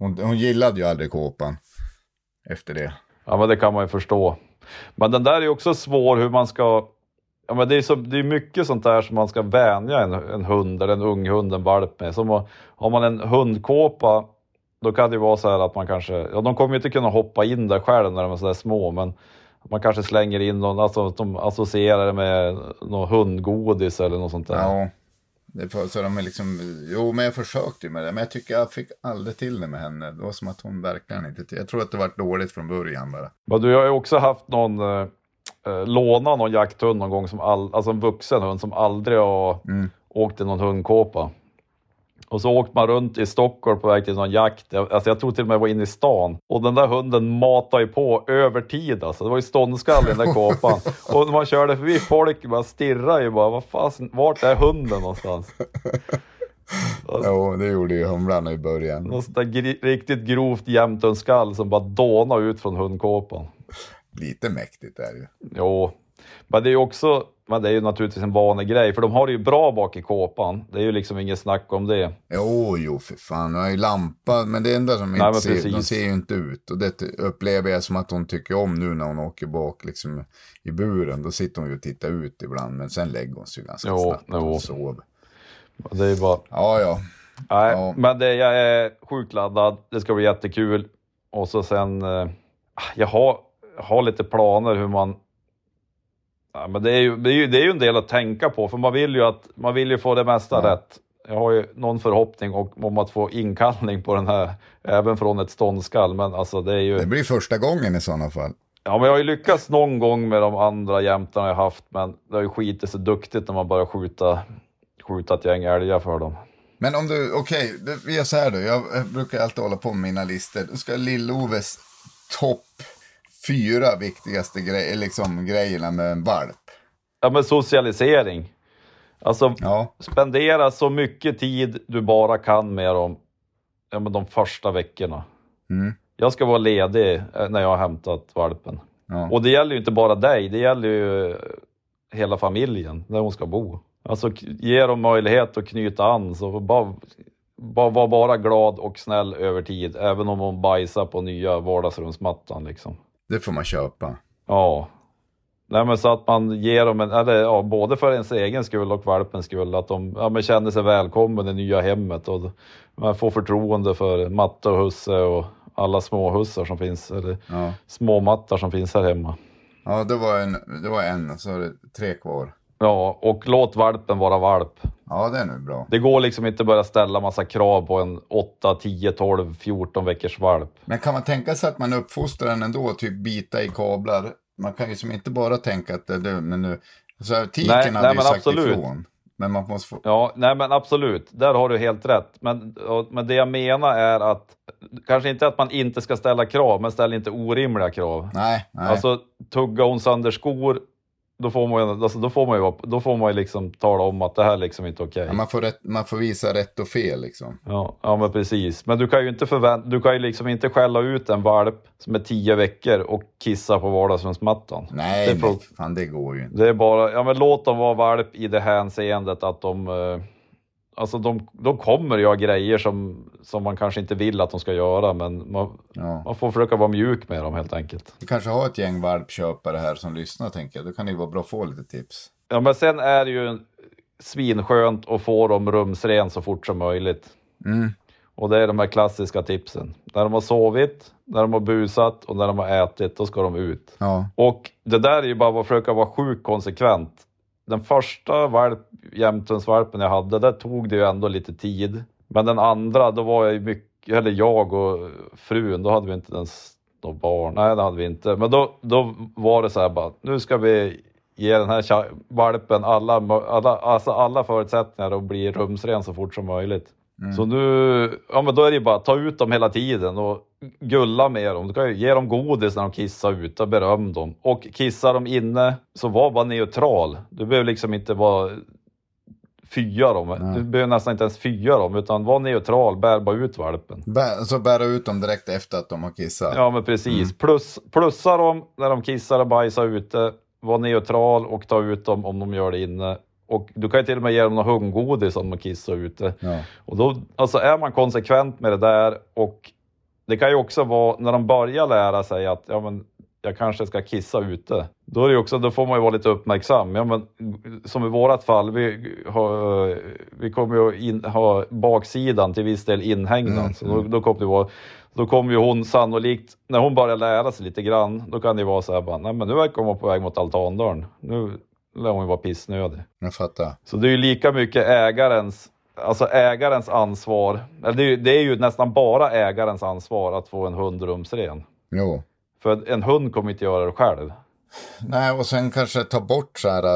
Hon gillade ju aldrig kåpan efter det. Ja, men det kan man ju förstå. Men den där är ju också svår hur man ska... Ja, men det är mycket sånt där som man ska vänja en hund eller en ung hund, en valp med. Som har man en hundkåpa, då kan det ju vara så här att man kanske... Ja, de kommer ju inte kunna hoppa in där själv när de är så där små, men man kanske slänger in någon, alltså att de associerar det med någon hundgodis eller något sånt där. Ja, så de är liksom... Jo, men jag försökte ju med det, men jag tycker jag fick aldrig till det med henne. Det var som att hon verkligen inte... Jag tror att det var dåligt från början bara. Men du har ju också haft någon... låna någon jakthund någon gång, alltså en vuxen hund som aldrig har åkt i någon hundkåpa. Och så åkte man runt i Stockholm på väg till någon jakt. Jag tror till och med var inne i stan. Och den där hunden matade ju på över tid. Alltså. Det var ju ståndskall i den där kåpan. Och när man körde förbi folk, man stirrade ju bara. Vad fan, vart är hunden någonstans? Alltså, Jo, det gjorde ju humlarna i början. Något sånt där riktigt grovt jämthundskall som bara dånade ut från hundkåpan. Lite mäktigt är det ju. Jo, men det är ju också... Men det är ju naturligtvis en vanlig grej. För de har det ju bra bak i kåpan. Det är ju liksom ingen snack om det. Jo, för fan. Jag har ju lampa. Men det enda som inte ser, de ser ju inte ut. Och det upplever jag som att hon tycker om nu när hon åker bak liksom i buren. Då sitter hon ju och tittar ut ibland. Men sen lägger hon sig ganska snabbt och sover. Det är bara... Ja. Nej, ja. Men jag är sjukt laddad. Det ska bli jättekul. Och så sen... Jag har lite planer hur man... Ja, men det är ju en del att tänka på, för man vill ju få det mesta rätt. Jag har ju någon förhoppning om att få inkallning på den här, även från ett ståndskall, men alltså det är ju... Det blir första gången i sådana fall. Ja, men jag har ju lyckats någon gång med de andra jämtarna jag haft, men det har ju skitit så duktigt när man bara skjuta ett gäng älgar för dem. Men om du, okej, vi gör så här då, jag brukar alltid hålla på med mina listor. Då ska Lill-Oves topp 4 viktigaste grejerna med en valp. Ja, men socialisering. Alltså, spendera så mycket tid du bara kan med dem de första veckorna. Jag ska vara ledig när jag har hämtat valpen. Ja. Och det gäller ju inte bara dig, det gäller ju hela familjen där hon ska bo. Alltså, ge dem möjlighet att knyta an, så var bara glad och snäll över tid, även om hon bajsar på nya vardagsrumsmattan liksom. Det får man köpa. Ja. Nej, men så att man ger dem både för ens egen skull och valpens skull, att de känner sig välkommen i det nya hemmet, och man får förtroende för matte och husse och alla små hussar som finns, eller små mattar som finns här hemma. Ja, det var en, så är det 3 kvar. Ja, och låt valpen vara valp. Ja, det är nu bra. Det går liksom inte börja ställa massa krav på en 8, 10, 12, 14 veckors valp. Men kan man tänka sig att man uppfostrar den ändå, typ bita i kablar? Man kan ju som inte bara tänka att det är men nu... Så tiken hade ju sagt absolut ifrån. Men man måste få... Ja, nej men absolut. Där har du helt rätt. Men det jag menar är att... Kanske inte att man inte ska ställa krav, men ställ inte orimliga krav. Nej. Alltså, tugga hon sönder skor... Då får man ju liksom tala om att det här liksom inte är okej. Ja, man får visa rätt och fel liksom. Ja, men precis. Men du kan ju liksom inte skälla ut en valp som är 10 veckor och kissa på vardagsrumsmattan. Nej, det går ju inte. Det är bara, men låt dem vara valp i det hänseendet att de kommer göra grejer som man kanske inte vill att de ska göra, men man får försöka vara mjuk med dem helt enkelt. Du kanske har ett gäng valpköpare här som lyssnar, tänker jag. Då kan det vara bra att få lite tips. Ja, men sen är det ju svinskönt att få dem rumsren så fort som möjligt. Och det är de här klassiska tipsen. När de har sovit, när de har busat och när de har ätit, då ska de ut. Ja. Och det där är ju bara att försöka vara sjukt konsekvent. Den första jämthundsvalpen jag hade, där tog det ju ändå lite tid. Men den andra, då var jag och frun, då hade vi inte ens några barn. Nej, det hade vi inte. Men då var det så här bara, nu ska vi ge den här valpen alla förutsättningar och bli rumsren så fort som möjligt. Så nu, men då är det bara ta ut dem hela tiden och gulla med dem. Du kan ju ge dem godis när de kissar ut och beröm dem. Och kissar de inne, så var bara neutral. Du behöver liksom inte vara fya dem. Du behöver nästan inte ens fya dem, utan var neutral, bär bara ut valpen. Så bära ut dem direkt efter att de har kissat. Ja, men precis. Plussa dem när de kissar och bajsar ute. Var neutral och ta ut dem om de gör det inne. Och du kan ju till och med ge dem någon hundgodis om de kissar ute. Ja. Och då, alltså är man konsekvent med det där och det kan ju också vara när de börjar lära sig att ja, men jag kanske ska kissa ute. Då är det också, då får man ju vara lite uppmärksam. Ja, men, som i vårat fall, vi kommer ju ha baksidan till viss del inhägnad. Så då kommer ju hon sannolikt, när hon börjar lära sig lite grann, då kan det vara så här bara, nej men nu verkar hon på väg mot altandörren. Nu lär hon ju vara pissnödig. Jag fattar. Så det är ju lika mycket ägarens ansvar. Eller det är ju nästan bara ägarens ansvar att få en hund rumsren. Jo. För en hund kommer inte göra det själv. Nej, och sen kanske ta bort så här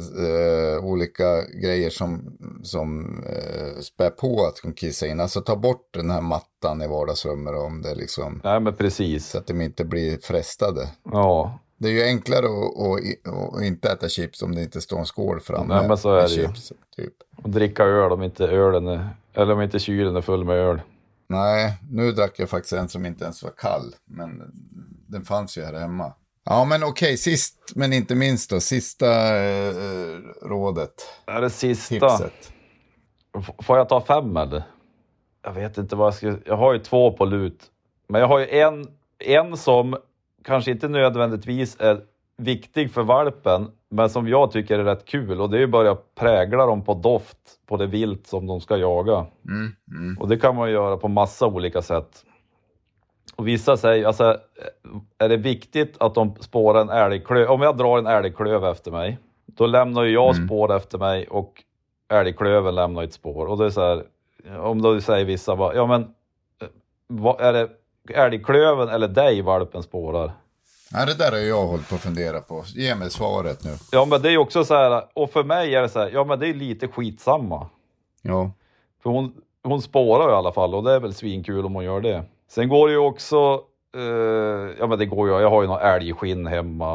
olika grejer som spär på att de kissar in. Alltså ta bort den här mattan i vardagsrummet om det liksom. Nej, men precis. Så att de inte blir frestade. Ja. Det är ju enklare att inte äta chips om det inte står en skål framme. Nej, men så är det chips, ju. Typ. Och dricka öl om inte kylen är full med öl. Nej, nu drack jag faktiskt en som inte ens var kall. Men den fanns ju här hemma. Ja, men okej, sist men inte minst då. Sista rådet. Är det sista? Tipset. Får jag ta 5 eller? Jag vet inte vad jag ska... Jag har ju 2 på lut. Men jag har ju en som kanske inte nödvändigtvis är viktig för valpen. Men som jag tycker är rätt kul. Och det är ju bara att prägla dem på doft på det vilt som de ska jaga. Och det kan man ju göra på massa olika sätt. Och vissa säger, alltså, är det viktigt att de spårar en älgklöv? Om jag drar en älgklöv efter mig, då lämnar ju jag spår efter mig och älgklöven lämnar ett spår. Och det är så här, om då säger vissa bara, ja men, är det älgklöven eller dig valpen spårar? Ja, det där har jag hållit på att fundera på. Ge mig svaret nu. Ja, men det är ju också så här, och för mig är det så här, ja men det är lite skitsamma. Ja. För hon spårar ju i alla fall och det är väl svinkul om hon gör det. Sen går det ju också, ja men det går ju, jag har ju någon älgskinn hemma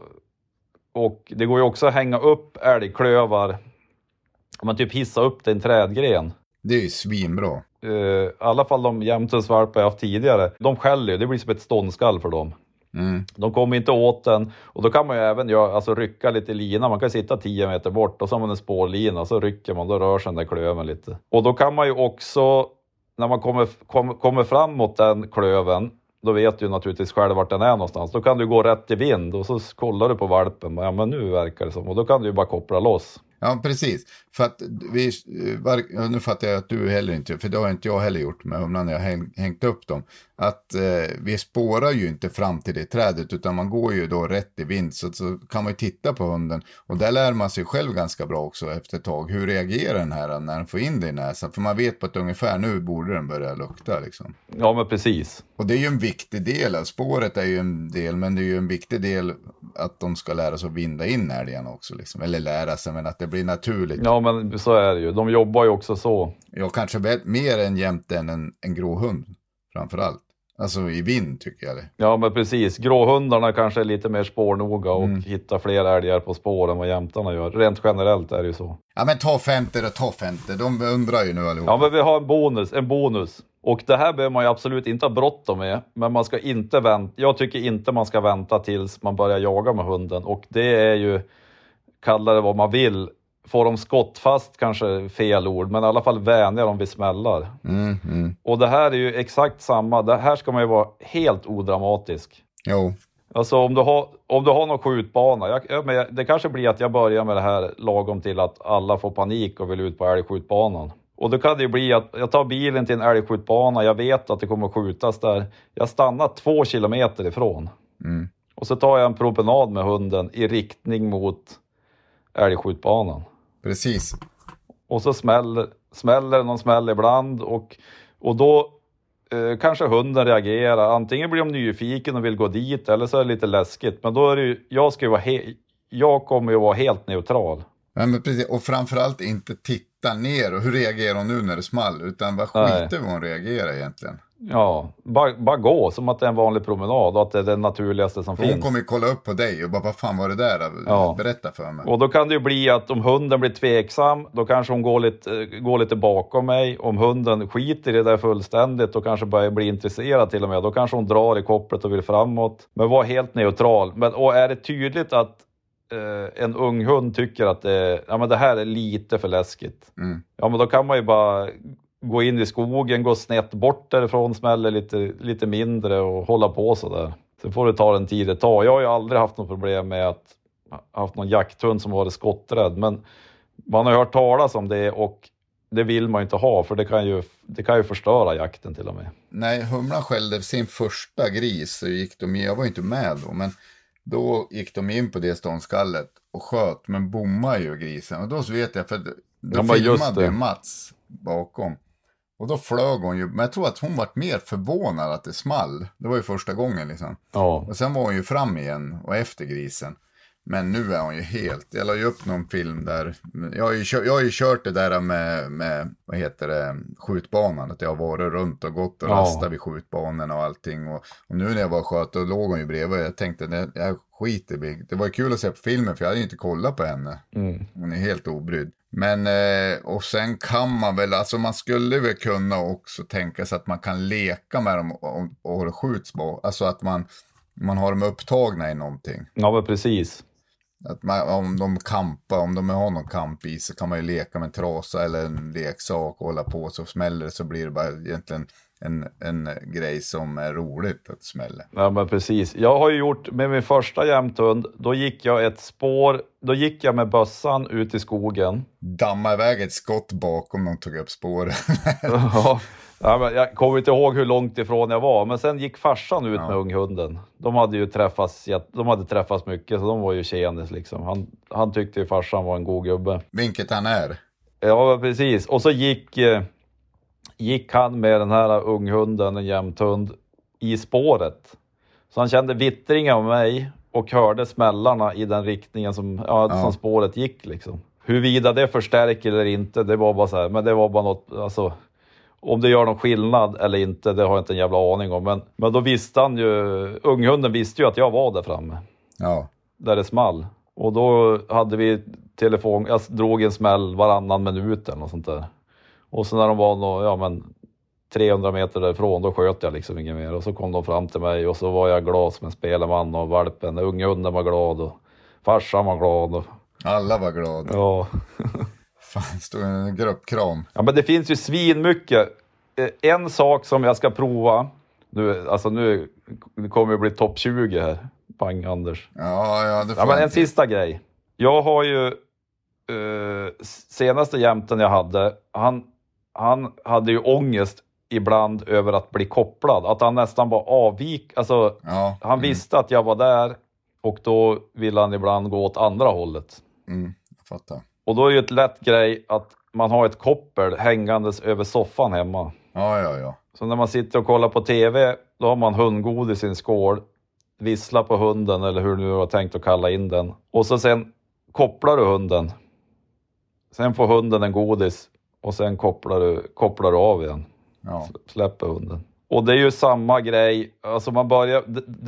och det går ju också att hänga upp älgklövar, om man typ hissar upp det i en trädgren. Det är ju svinbra. I alla fall de jämthundsvalpar jag haft tidigare, de skäller ju, det blir som ett ståndskall för dem. De kommer inte åt den och då kan man ju även rycka lite lina, man kan sitta 10 meter bort och så har man en spårlina så rycker man, då rör sig den där klöven lite. Och då kan man ju också, när man kommer fram mot den klöven, då vet du naturligtvis själv vart den är någonstans. Då kan du gå rätt i vind och så kollar du på valpen. Ja, men nu verkar det som. Och då kan du ju bara koppla loss. Ja, precis. För att nu fattar jag att du heller inte, för det har inte jag heller gjort med humlan när jag hängt upp dem. Att vi spårar ju inte fram till det trädet utan man går ju då rätt i vind. Så kan man ju titta på hunden. Och där lär man sig själv ganska bra också efter ett tag. Hur reagerar den här när den får in det i näsan? För man vet på ett ungefär nu borde den börja lukta liksom. Ja, men precis. Och det är ju en viktig del. Spåret är ju en del, men det är ju en viktig del att de ska lära sig att vinda in älgarna också liksom. Eller lära sig, men att det blir naturligt. Ja, men så är det ju. De jobbar ju också så. Jag kanske vet mer än jämt än en grå hund, framförallt. Alltså i vind tycker jag det. Ja, men precis. Gråhundarna kanske är lite mer spårnoga och hittar fler älgar på spår än vad jämtarna gör. Rent generellt är det ju så. Ja, men ta 50 och ta 50. De undrar ju nu allihopa. Ja, men vi har en bonus. Och det här behöver man ju absolut inte ha bråttom med. Men man ska inte vänta. Jag tycker inte man ska vänta tills man börjar jaga med hunden. Och det är ju, kalla det vad man vill. Får de skottfast kanske fel ord, men i alla fall vänja dem vid smällar. Och det här är ju exakt samma. Det här ska man ju vara helt odramatisk. Jo. Alltså om du har någon skjutbana. Det kanske blir att jag börjar med det här lagom till att alla får panik och vill ut på älgskjutbanan. Och då kan det ju bli att jag tar bilen till en älgskjutbana. Jag vet att det kommer att skjutas där. Jag stannar 2 kilometer ifrån. Och så tar jag en promenad med hunden i riktning mot älgskjutbanan. Precis. Och så smäller någon smäll ibland och då kanske hunden reagerar. Antingen blir de nyfiken och vill gå dit eller så är det lite läskigt. Men då är det ju, jag kommer ju vara helt neutral. Ja, men precis. Och framförallt inte titta ner och hur reagerar hon nu när det small, utan bara skiter vad hon reagerar egentligen. Ja, bara gå som att det är en vanlig promenad och att det är det naturligaste som finns. Hon kommer ju kolla upp på dig och bara, vad fan var det där? Ja. Berätta för mig. Och då kan det ju bli att om hunden blir tveksam, då kanske hon går lite bakom mig. Om hunden skiter i det där fullständigt och kanske börjar bli intresserad till och med, då kanske hon drar i kopplet och vill framåt. Men var helt neutral. Och är det tydligt att en ung hund tycker att men det här är lite för läskigt. Ja, men då kan man ju bara gå in i skogen, gå snett bort därifrån, smäller lite mindre och hålla på sådär. Sen får det ta den tid det tar. Jag har ju aldrig haft något problem med att haft någon jakthund som varit skotträdd, men man har hört talas om det och det vill man ju inte ha, för det kan ju förstöra jakten till och med. Nej, humlan skällde sin första gris, så gick de, jag var inte med då, men då gick de in på det ståndskallet och sköt, men bommade ju grisen. Och då så vet jag, för då filmade Mats bakom. Och då flög hon ju, men jag tror att hon var mer förvånad att det small. Det var ju första gången liksom. Ja. Och sen var hon ju fram igen och efter grisen. Men nu är hon ju helt, jag la ju upp någon film där, jag har ju kört det där med vad heter det, skjutbanan, att jag har varit runt och gått och rastat vid skjutbanan och allting, och nu när jag var sköt och låg hon ju bredvid, jag tänkte, jag skiter i det var ju kul att se på filmen, för jag hade ju inte kollat på henne, hon är helt obrydd. Men, och sen kan man väl, alltså man skulle väl kunna också tänka sig att man kan leka med dem och det skjuts på, alltså att man har dem upptagna i någonting. Ja, men precis. Att om de har någon kamp i, så kan man ju leka med en trasa eller en leksak och hålla på, så smäller det, så blir det bara egentligen en grej som är roligt att smälla. Ja, men precis. Jag har ju gjort med min första jämthund, då gick jag med bössan ut i skogen. Damma iväg ett skott bakom de tog upp spåret. Ja, men jag kommer inte ihåg hur långt ifrån jag var, men sen gick farsan ut med unghunden. De hade träffats mycket, så de var ju tjenis liksom. Han tyckte ju farsan var en god gubbe. Vilket han är. Ja, precis. Och så gick han med den här unghunden, en jämthund, i spåret. Så han kände vittringen av mig och hörde smällarna i den riktningen som spåret gick liksom. Huruvida det förstärker eller inte, det var bara så här, men det var bara något, alltså, om det gör någon skillnad eller inte, det har jag inte en jävla aning om. Men då visste han ju, unghunden visste ju att jag var där framme. Ja. Där det small. Och då hade vi telefon, jag drog en smäll varannan minut eller något sånt där. Och så när de var 300 meter därifrån, då sköt jag liksom inget mer. Och så kom de fram till mig och så var jag glad som en spelman, och valpen, unghunden var glad och farsan var glad. Och... alla var glada. Ja. Fan, stod en gruppkram. Ja, men det finns ju svinmycket. En sak som jag ska prova. Nu kommer det bli topp 20 här. Pang, Anders. Ja, det får men en sista grej. Jag har ju senaste jämten jag hade. Han hade ju ångest ibland över att bli kopplad. Att han nästan var avvik. Alltså, han visste att jag var där. Och då ville han ibland gå åt andra hållet. Jag fattar. Och då är det ju ett lätt grej att man har ett koppel hängandes över soffan hemma. Ja. Så när man sitter och kollar på tv, då har man hundgodis i sin skål. Visslar på hunden, eller hur du har tänkt att kalla in den. Och så sen kopplar du hunden. Sen får hunden en godis. Och sen kopplar du av igen. Ja. Släpper hunden. Och det är ju samma grej. Alltså man börjar,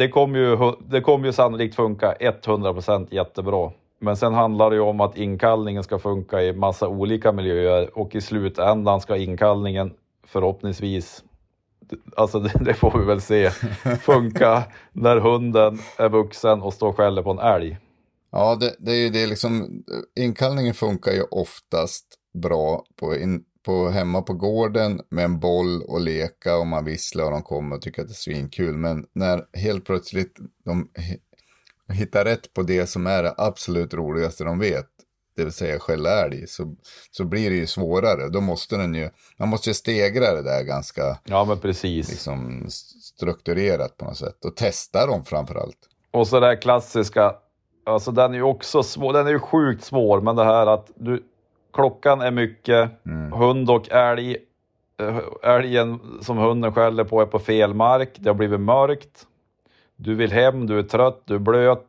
det kommer ju sannolikt funka 100% jättebra. Men sen handlar det ju om att inkallningen ska funka i massa olika miljöer. Och i slutändan ska inkallningen förhoppningsvis, alltså det får vi väl se, funka när hunden är vuxen och står och skäller på en älg. Ja, det är ju det liksom, inkallningen funkar ju oftast bra på hemma på gården med en boll och leka, och man visslar och de kommer och tycker att det är svinkul. Men när helt plötsligt de hittar rätt på det som är det absolut roligaste de vet, det vill säga skälla älg, så blir det ju svårare. Då måste man måste ju stegra det där ganska, ja, men precis, liksom strukturerat på något sätt, och testa dem framförallt. Och så det här klassiska, alltså den är ju också svår, den är ju sjukt svår, men det här att klockan är mycket, hund och älg, älgen som hunden skäller på är på fel mark, det har blivit mörkt, du vill hem, du är trött, du är blöt,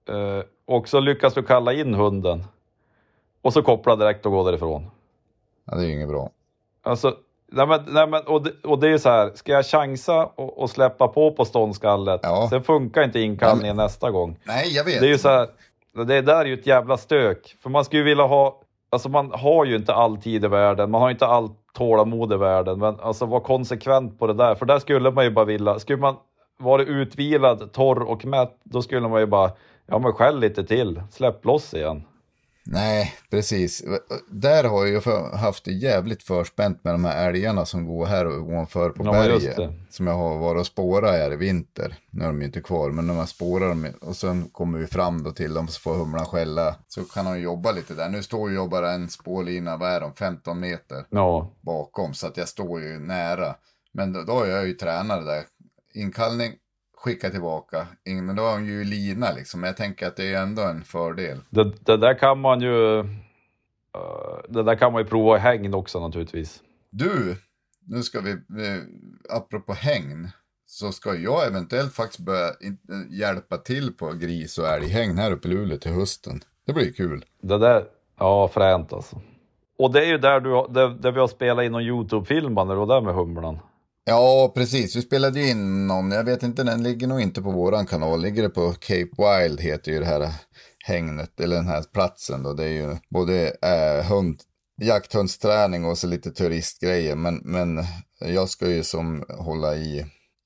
och så lyckas du kalla in hunden och så koppla direkt och gå därifrån. Ja, det är ju inget bra. Alltså, nej men, och det är så här, ska jag chansa och släppa på ståndskallet, sen funkar inte inkallningen nästa gång. Nej, jag vet. Det är ju så här, det där är ju ett jävla stök, för man skulle vilja ha, alltså man har ju inte all tid i världen, man har inte all tålamod i världen, men alltså var konsekvent på det där, för där skulle man ju bara vilja, skulle man vara utvilad, torr och mätt, då skulle man ju bara, men skäll lite till, släpp loss igen. Nej, precis. Där har jag ju haft det jävligt förspänt med de här älgarna som går här ovanför på berget. Som jag har varit och spårat här i vinter. Nu är de ju inte kvar, men när man spårar dem och sen kommer vi fram då till dem så får humlan skälla. Så kan de jobba lite där. Nu står jag bara en spårlina, vad är de, 15 meter bakom. Så att jag står ju nära. Men då är jag ju tränare där. Inkallning. Skicka tillbaka. Men då har han ju lina liksom. Men jag tänker att det är ändå en fördel. Det där kan man ju... Det där kan man ju prova i hägn också naturligtvis. Du, nu ska vi... Apropå hägn. Så ska jag eventuellt faktiskt börja hjälpa till på gris- och älghägn här uppe i Luleå till hösten. Det blir kul. Det där... Ja, fränt alltså. Och det är ju där vi har spelat in någon YouTube-film när det var där med humlan. Ja, precis. Vi spelade in någon, jag vet inte, den ligger nog inte på våran kanal. Ligger det på Cape Wild heter ju det här hängnet, eller den här platsen då. Det är ju både jakthundsträning och så lite turistgrejer. Men jag ska ju som hålla i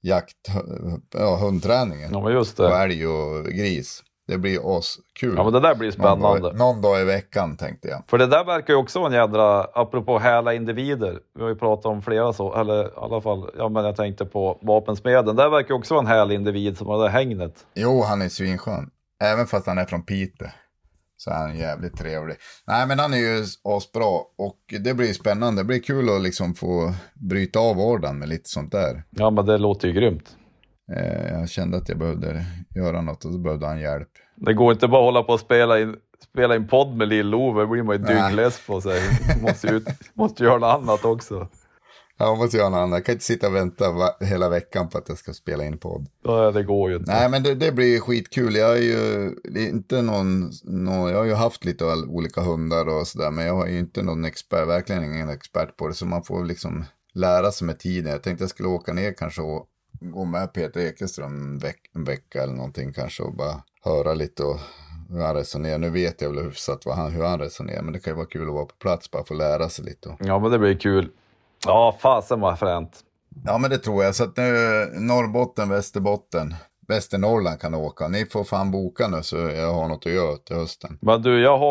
hundträningen. Ja, men just det. Och älg och gris. Det blir kul. Ja, men det där blir spännande. Någon dag i veckan tänkte jag. För det där verkar ju också vara en jädra, apropå härliga individer. Vi har ju pratat om flera så, eller i alla fall, ja men jag tänkte på vapensmeden. Där verkar ju också vara en härlig individ som har det där hängnet. Jo, han är svinskön. Även fast han är från Piteå. Så är han jävligt trevlig. Nej, men han är ju asbra. Och det blir spännande. Det blir kul att liksom få bryta av vardagen med lite sånt där. Ja, men det låter ju grymt. Jag kände att jag behövde göra något och så behövde han hjälp. Det går inte bara att hålla på och spela in podd med Lill-Ove. Blir man ju dyngless på sig. Måste göra något annat också. Ja, jag måste göra något annat. Jag kan inte sitta och vänta hela veckan på att jag ska spela in podd. Ja, det går ju inte. Nej, men det blir skitkul. Jag är ju inte jag har ju haft lite olika hundar och sådär. Men jag har ju inte någon expert, verkligen ingen expert på det. Så man får liksom lära sig med tiden. Jag tänkte jag skulle åka ner kanske och gå med Peter Ekeström en vecka eller någonting kanske och bara höra lite och hur han resonerar. Nu vet jag väl hyfsat hur han resonerar, men det kan ju vara kul att vara på plats bara få lära sig lite. Ja, men det blir kul. Ja, fasen var fränt. Ja, men det tror jag. Så att nu Norrbotten, Västerbotten, Västernorrland kan åka. Ni får fan boka nu så jag har något att göra till hösten. Men du, jag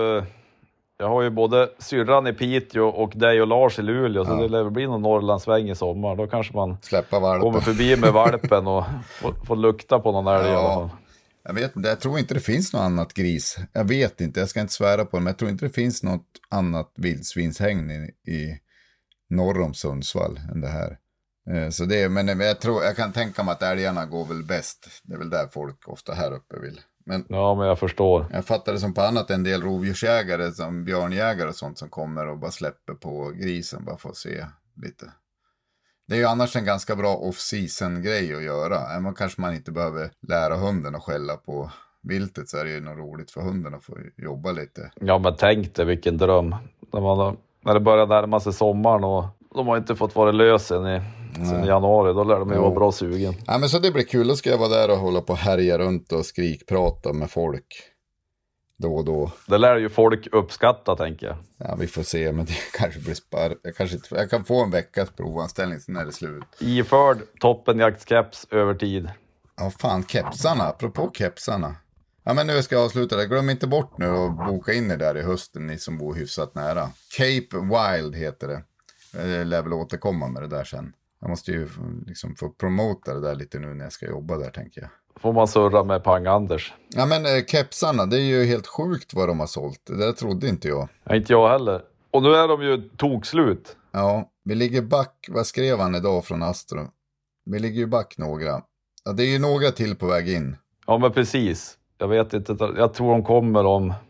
har ju både syrran i Piteå och dig och Lars i Luleå. Så det lär bli någon Norrlandsväng i sommar. Då kanske man kommer förbi med valpen och får lukta på någon älg. Ja, jag vet inte. Jag tror inte det finns något annat gris. Jag vet inte. Jag ska inte svära på det. Men jag tror inte det finns något annat vildsvinshägn i norr om Sundsvall än det här. Så det, men jag kan tänka mig att älgarna går väl bäst. Det är väl där folk ofta här uppe vill. Men jag förstår. Jag fattar det som på annat en del rovdjursjägare som björnjägare och sånt som kommer och bara släpper på grisen bara för att se lite. Det är ju annars en ganska bra off-season grej att göra. Man kanske man inte behöver lära hunden att skälla på viltet, så är det ju något roligt för hunden att få jobba lite. Ja, men tänk dig vilken dröm. När det börjar närma sig sommaren och de har inte fått vara lös sen i januari, då lär de ju vara bra sugen. Ja, men så det blir kul, då ska jag vara där och hålla på och härja runt och skrikprata med folk då och då. Det lär ju folk uppskatta, tänker jag. Ja, vi får se, men det kanske blir jag kan få en veckas provanställning, sen är det slut. Iförd toppenjaktskeps över tid. Ja, fan, kepsarna, apropå kepsarna. Ja, men nu ska jag avsluta det. Glöm inte bort nu och boka in er där i hösten, ni som bor hyfsat nära. Cape Wild heter det. Jag lär väl återkomma med det där sen. Jag måste ju liksom få promota det där lite nu när jag ska jobba där, tänker jag. Får man surra med Pang-Anders. Ja, men kepsarna, det är ju helt sjukt vad de har sålt. Det där trodde inte jag. Ja, inte jag heller. Och nu är de ju tokslut. Ja, vi ligger back. Vad skrev han idag från Astro? Vi ligger ju back några. Ja, det är ju några till på väg in. Ja, men precis. Jag vet inte. Jag tror de kommer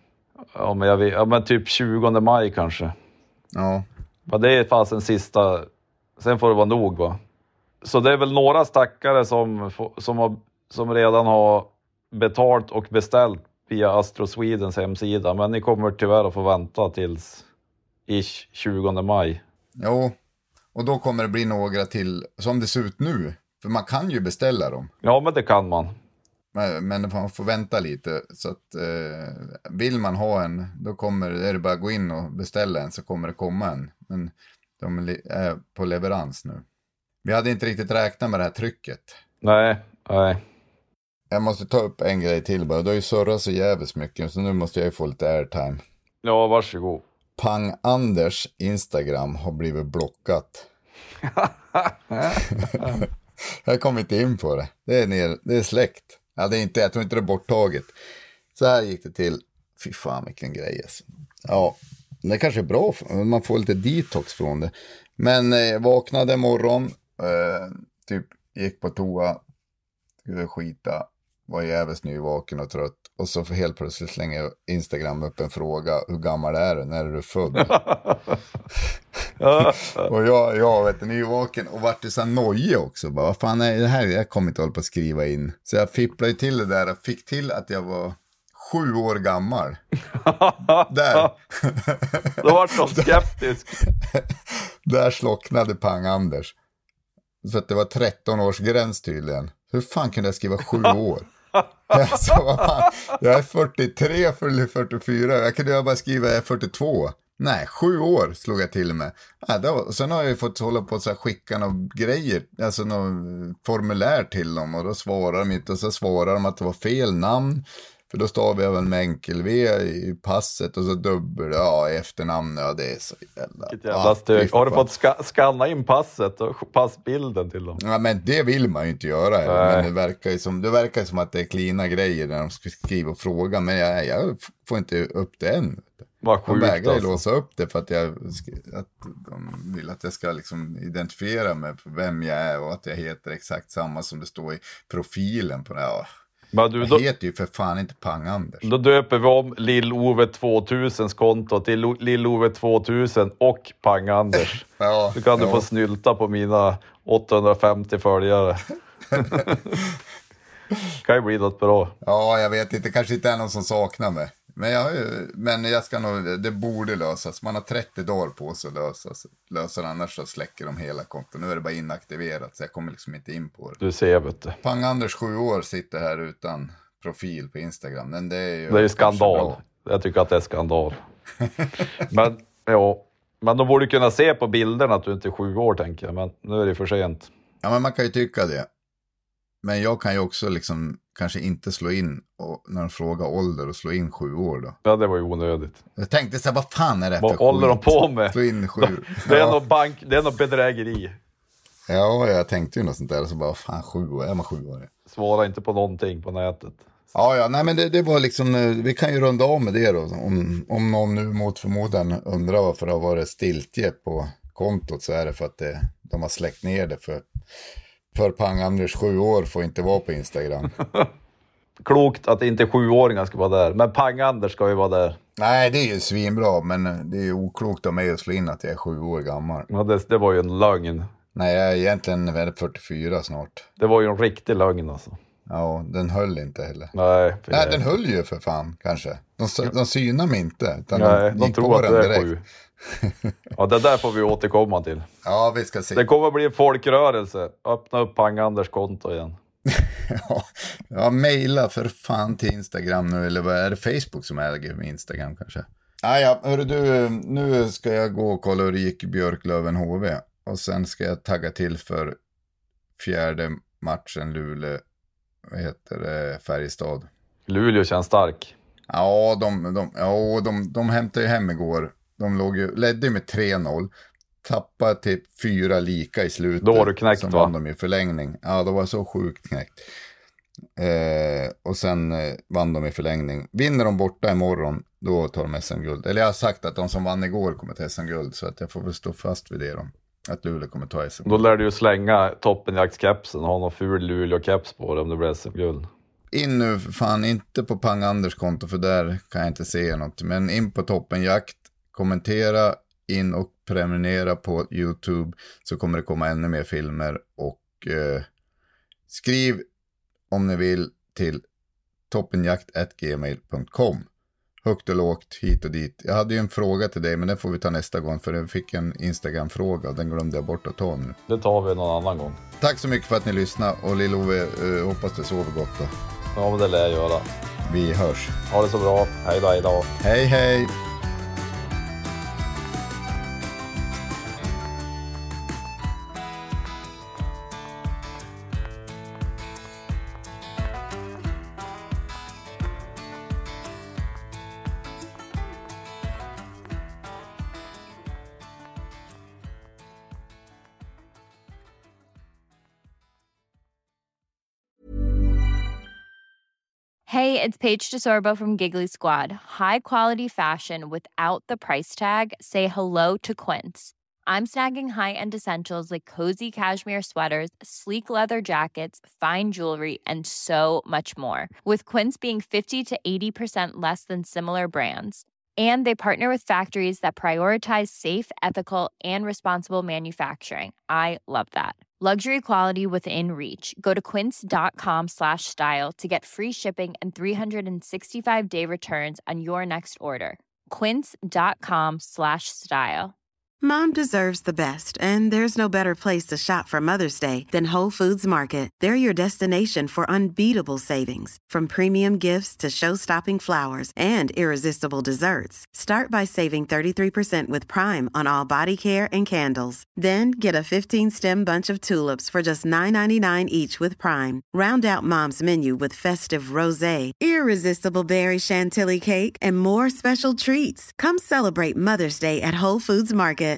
om typ 20 maj kanske. Ja. Men det är fast en sista. Sen får det vara nog, va? Så det är väl några stackare som redan har betalt och beställt via Astro Swedens hemsida. Men ni kommer tyvärr att få vänta tills 20 maj. Jo, och då kommer det bli några till som det ser ut nu. För man kan ju beställa dem. Ja, men det kan man. Men man får vänta lite. Så att vill man ha en, då är det bara att gå in och beställa en, så kommer det komma en. Men de är på leverans nu. Vi hade inte riktigt räknat med det här trycket. Nej. Jag måste ta upp en grej till bara. Du har ju surrat så jävligt mycket, så nu måste jag ju få lite airtime. Ja, varsågod. Pang-Anders Instagram har blivit blockat. Jag kommer inte in på det. Det är släkt. Ja, det är inte, jag tror inte det är borttaget. Så här gick det till. Fy fan vilken grej alltså. Ja, det kanske är bra. Man får lite detox från det. Men vaknade morgon. Typ gick på toa. Skulle skita. Var jävligt nyvaken och trött. Och så för helt plötsligt slänger Instagram upp en fråga. Hur gammal är du? När är du född? Och jag vet, nyvaken. Och vart det så nojig också. Bara, vad fan är det här? Jag kommer inte hålla på att skriva in. Så jag fipplade till det där. Och fick till att jag var 7 år gammal. Där. Då var jag skeptisk. Där slocknade Pang-Anders. Så att det var 13 års gräns tydligen. Hur fan kunde jag skriva 7 år? Alltså, vad fan? Jag är 43 för 44. Jag kunde bara skriva jag är 42. Nej, 7 år slog jag till med. Ja, sen har jag ju fått hålla på att skicka några grejer. Alltså några formulär till dem. Och då svarar de inte. Och så svarar de att det var fel namn. För då stavar jag väl med enkel-V i passet. Och så dubbel, i efternamn. Ja, det är så jävla stök. Har du fått skanna in passet och passbilden till dem? Ja, men det vill man ju inte göra. Men det verkar ju som att det är klina grejer när de ska skriva och fråga. Men jag får inte upp det än. De vägrar alltså låsa upp det för att de vill att jag ska liksom identifiera mig för vem jag är och att jag heter exakt samma som det står i profilen på det här. Jag heter ju för fan inte Pang-Anders. Då döper vi om Lill-Ove 2000s konto till Lill-Ove 2000 och Pang-Anders. Ja, så kan du få snylta på mina 850 följare. Kan ju bli något bra. Ja, jag vet inte. Kanske inte är någon som saknar mig. Men jag ska nog, det borde lösas. Man har 30 dagar på sig att lösa det, annars så släcker de hela konton. Nu är det bara inaktiverat så jag kommer liksom inte in på det. Du ser, vet du. Pang-Anders 7 år sitter här utan profil på Instagram. Men det är ju skandal. Jag tycker att det är skandal. Men de borde kunna se på bilderna att du inte är 7 år, tänker jag. Men nu är det för sent. Ja, men man kan ju tycka det. Men jag kan ju också liksom kanske inte slå in när de frågar ålder och slå in 7 år då. Ja, det var ju onödigt. Jag tänkte så här, vad fan är det för skit? Vad håller de på med? Slå in 7. Det är något bedrägeri. Ja, jag tänkte ju något sånt där och så bara, fan 7 år, är man 7 år? Svara inte på någonting på nätet. Ja, nej men det var liksom, vi kan ju runda av med det då. Om någon nu mot förmodan undrar varför det har varit stiltje på kontot, så är det för att de har släckt ner det för Pang-Anders 7 år får inte vara på Instagram. Klokt att inte 7-åringar ska vara där. Men Pang-Anders ska ju vara där. Nej, det är ju svinbra. Men det är ju oklokt av mig att slå in att jag är 7 år gammal. Ja, det var ju en lögn. Nej, jag är egentligen 44 snart. Det var ju en riktig lögn alltså. Ja, den höll inte heller. Nej, den höll ju för fan kanske. De synar mig inte. Utan de tror att det är 7. Ja, det där får vi återkomma till. Ja, vi ska se. Det kommer att bli en folkrörelse. Öppna upp Pang-Anders konto igen. Ja, mejla för fan till Instagram nu. Eller vad är det, Facebook som äger med Instagram kanske? Ja, hörru du, nu ska jag gå och kolla hur det gick i Björklöven HV. Och sen ska jag tagga till för 4:e matchen Luleå, Färjestad. Luleå känns stark. Ja, de hämtade ju hem igår. De ledde med 3-0. Tappade till 4 lika i slutet. Då var du knäckt, vann de i förlängning. Ja, det var så sjukt knäckt. Och sen vann de i förlängning. Vinner de borta imorgon, då tar de SM-guld. Eller jag har sagt att de som vann igår kommer till SM-guld. Så att jag får väl stå fast vid det då. Att Luleå kommer ta SM-guld. Då lär du ju slänga toppenjaktskepsen och ha någon ful Luleå-keps på det om det blir SM-guld. In nu, fan inte på Pang-Anders konto, för där kan jag inte se något. Men in på toppenjakt, kommentera, in och prenumerera på YouTube, så kommer det komma ännu mer filmer. Och skriv om ni vill till toppenjakt@gmail.com. Högt och lågt, hit och dit. Jag hade ju en fråga till dig, men den får vi ta nästa gång, för jag fick en Instagram-fråga och den glömde jag bort att ta nu. Det tar vi någon annan gång. Tack så mycket för att ni lyssnade, och Lill-Ove, hoppas det sover gott då. Ja, men det lär jag göra. Vi hörs. Ha det så bra. Hej då, hej då. Hej, hej. Hey, it's Paige DeSorbo from Giggly Squad. High quality fashion without the price tag. Say hello to Quince. I'm snagging high-end essentials like cozy cashmere sweaters, sleek leather jackets, fine jewelry, and so much more. With Quince being 50 to 80% less than similar brands. And they partner with factories that prioritize safe, ethical, and responsible manufacturing. I love that. Luxury quality within reach. Go to quince.com/style to get free shipping and 365-day returns on your next order. Quince.com/style. Mom deserves the best, and there's no better place to shop for Mother's Day than Whole Foods Market. They're your destination for unbeatable savings, from premium gifts to show-stopping flowers and irresistible desserts. Start by saving 33% with Prime on all body care and candles. Then get a 15-stem bunch of tulips for just $9.99 each with Prime. Round out Mom's menu with festive rosé, irresistible berry chantilly cake, and more special treats. Come celebrate Mother's Day at Whole Foods Market.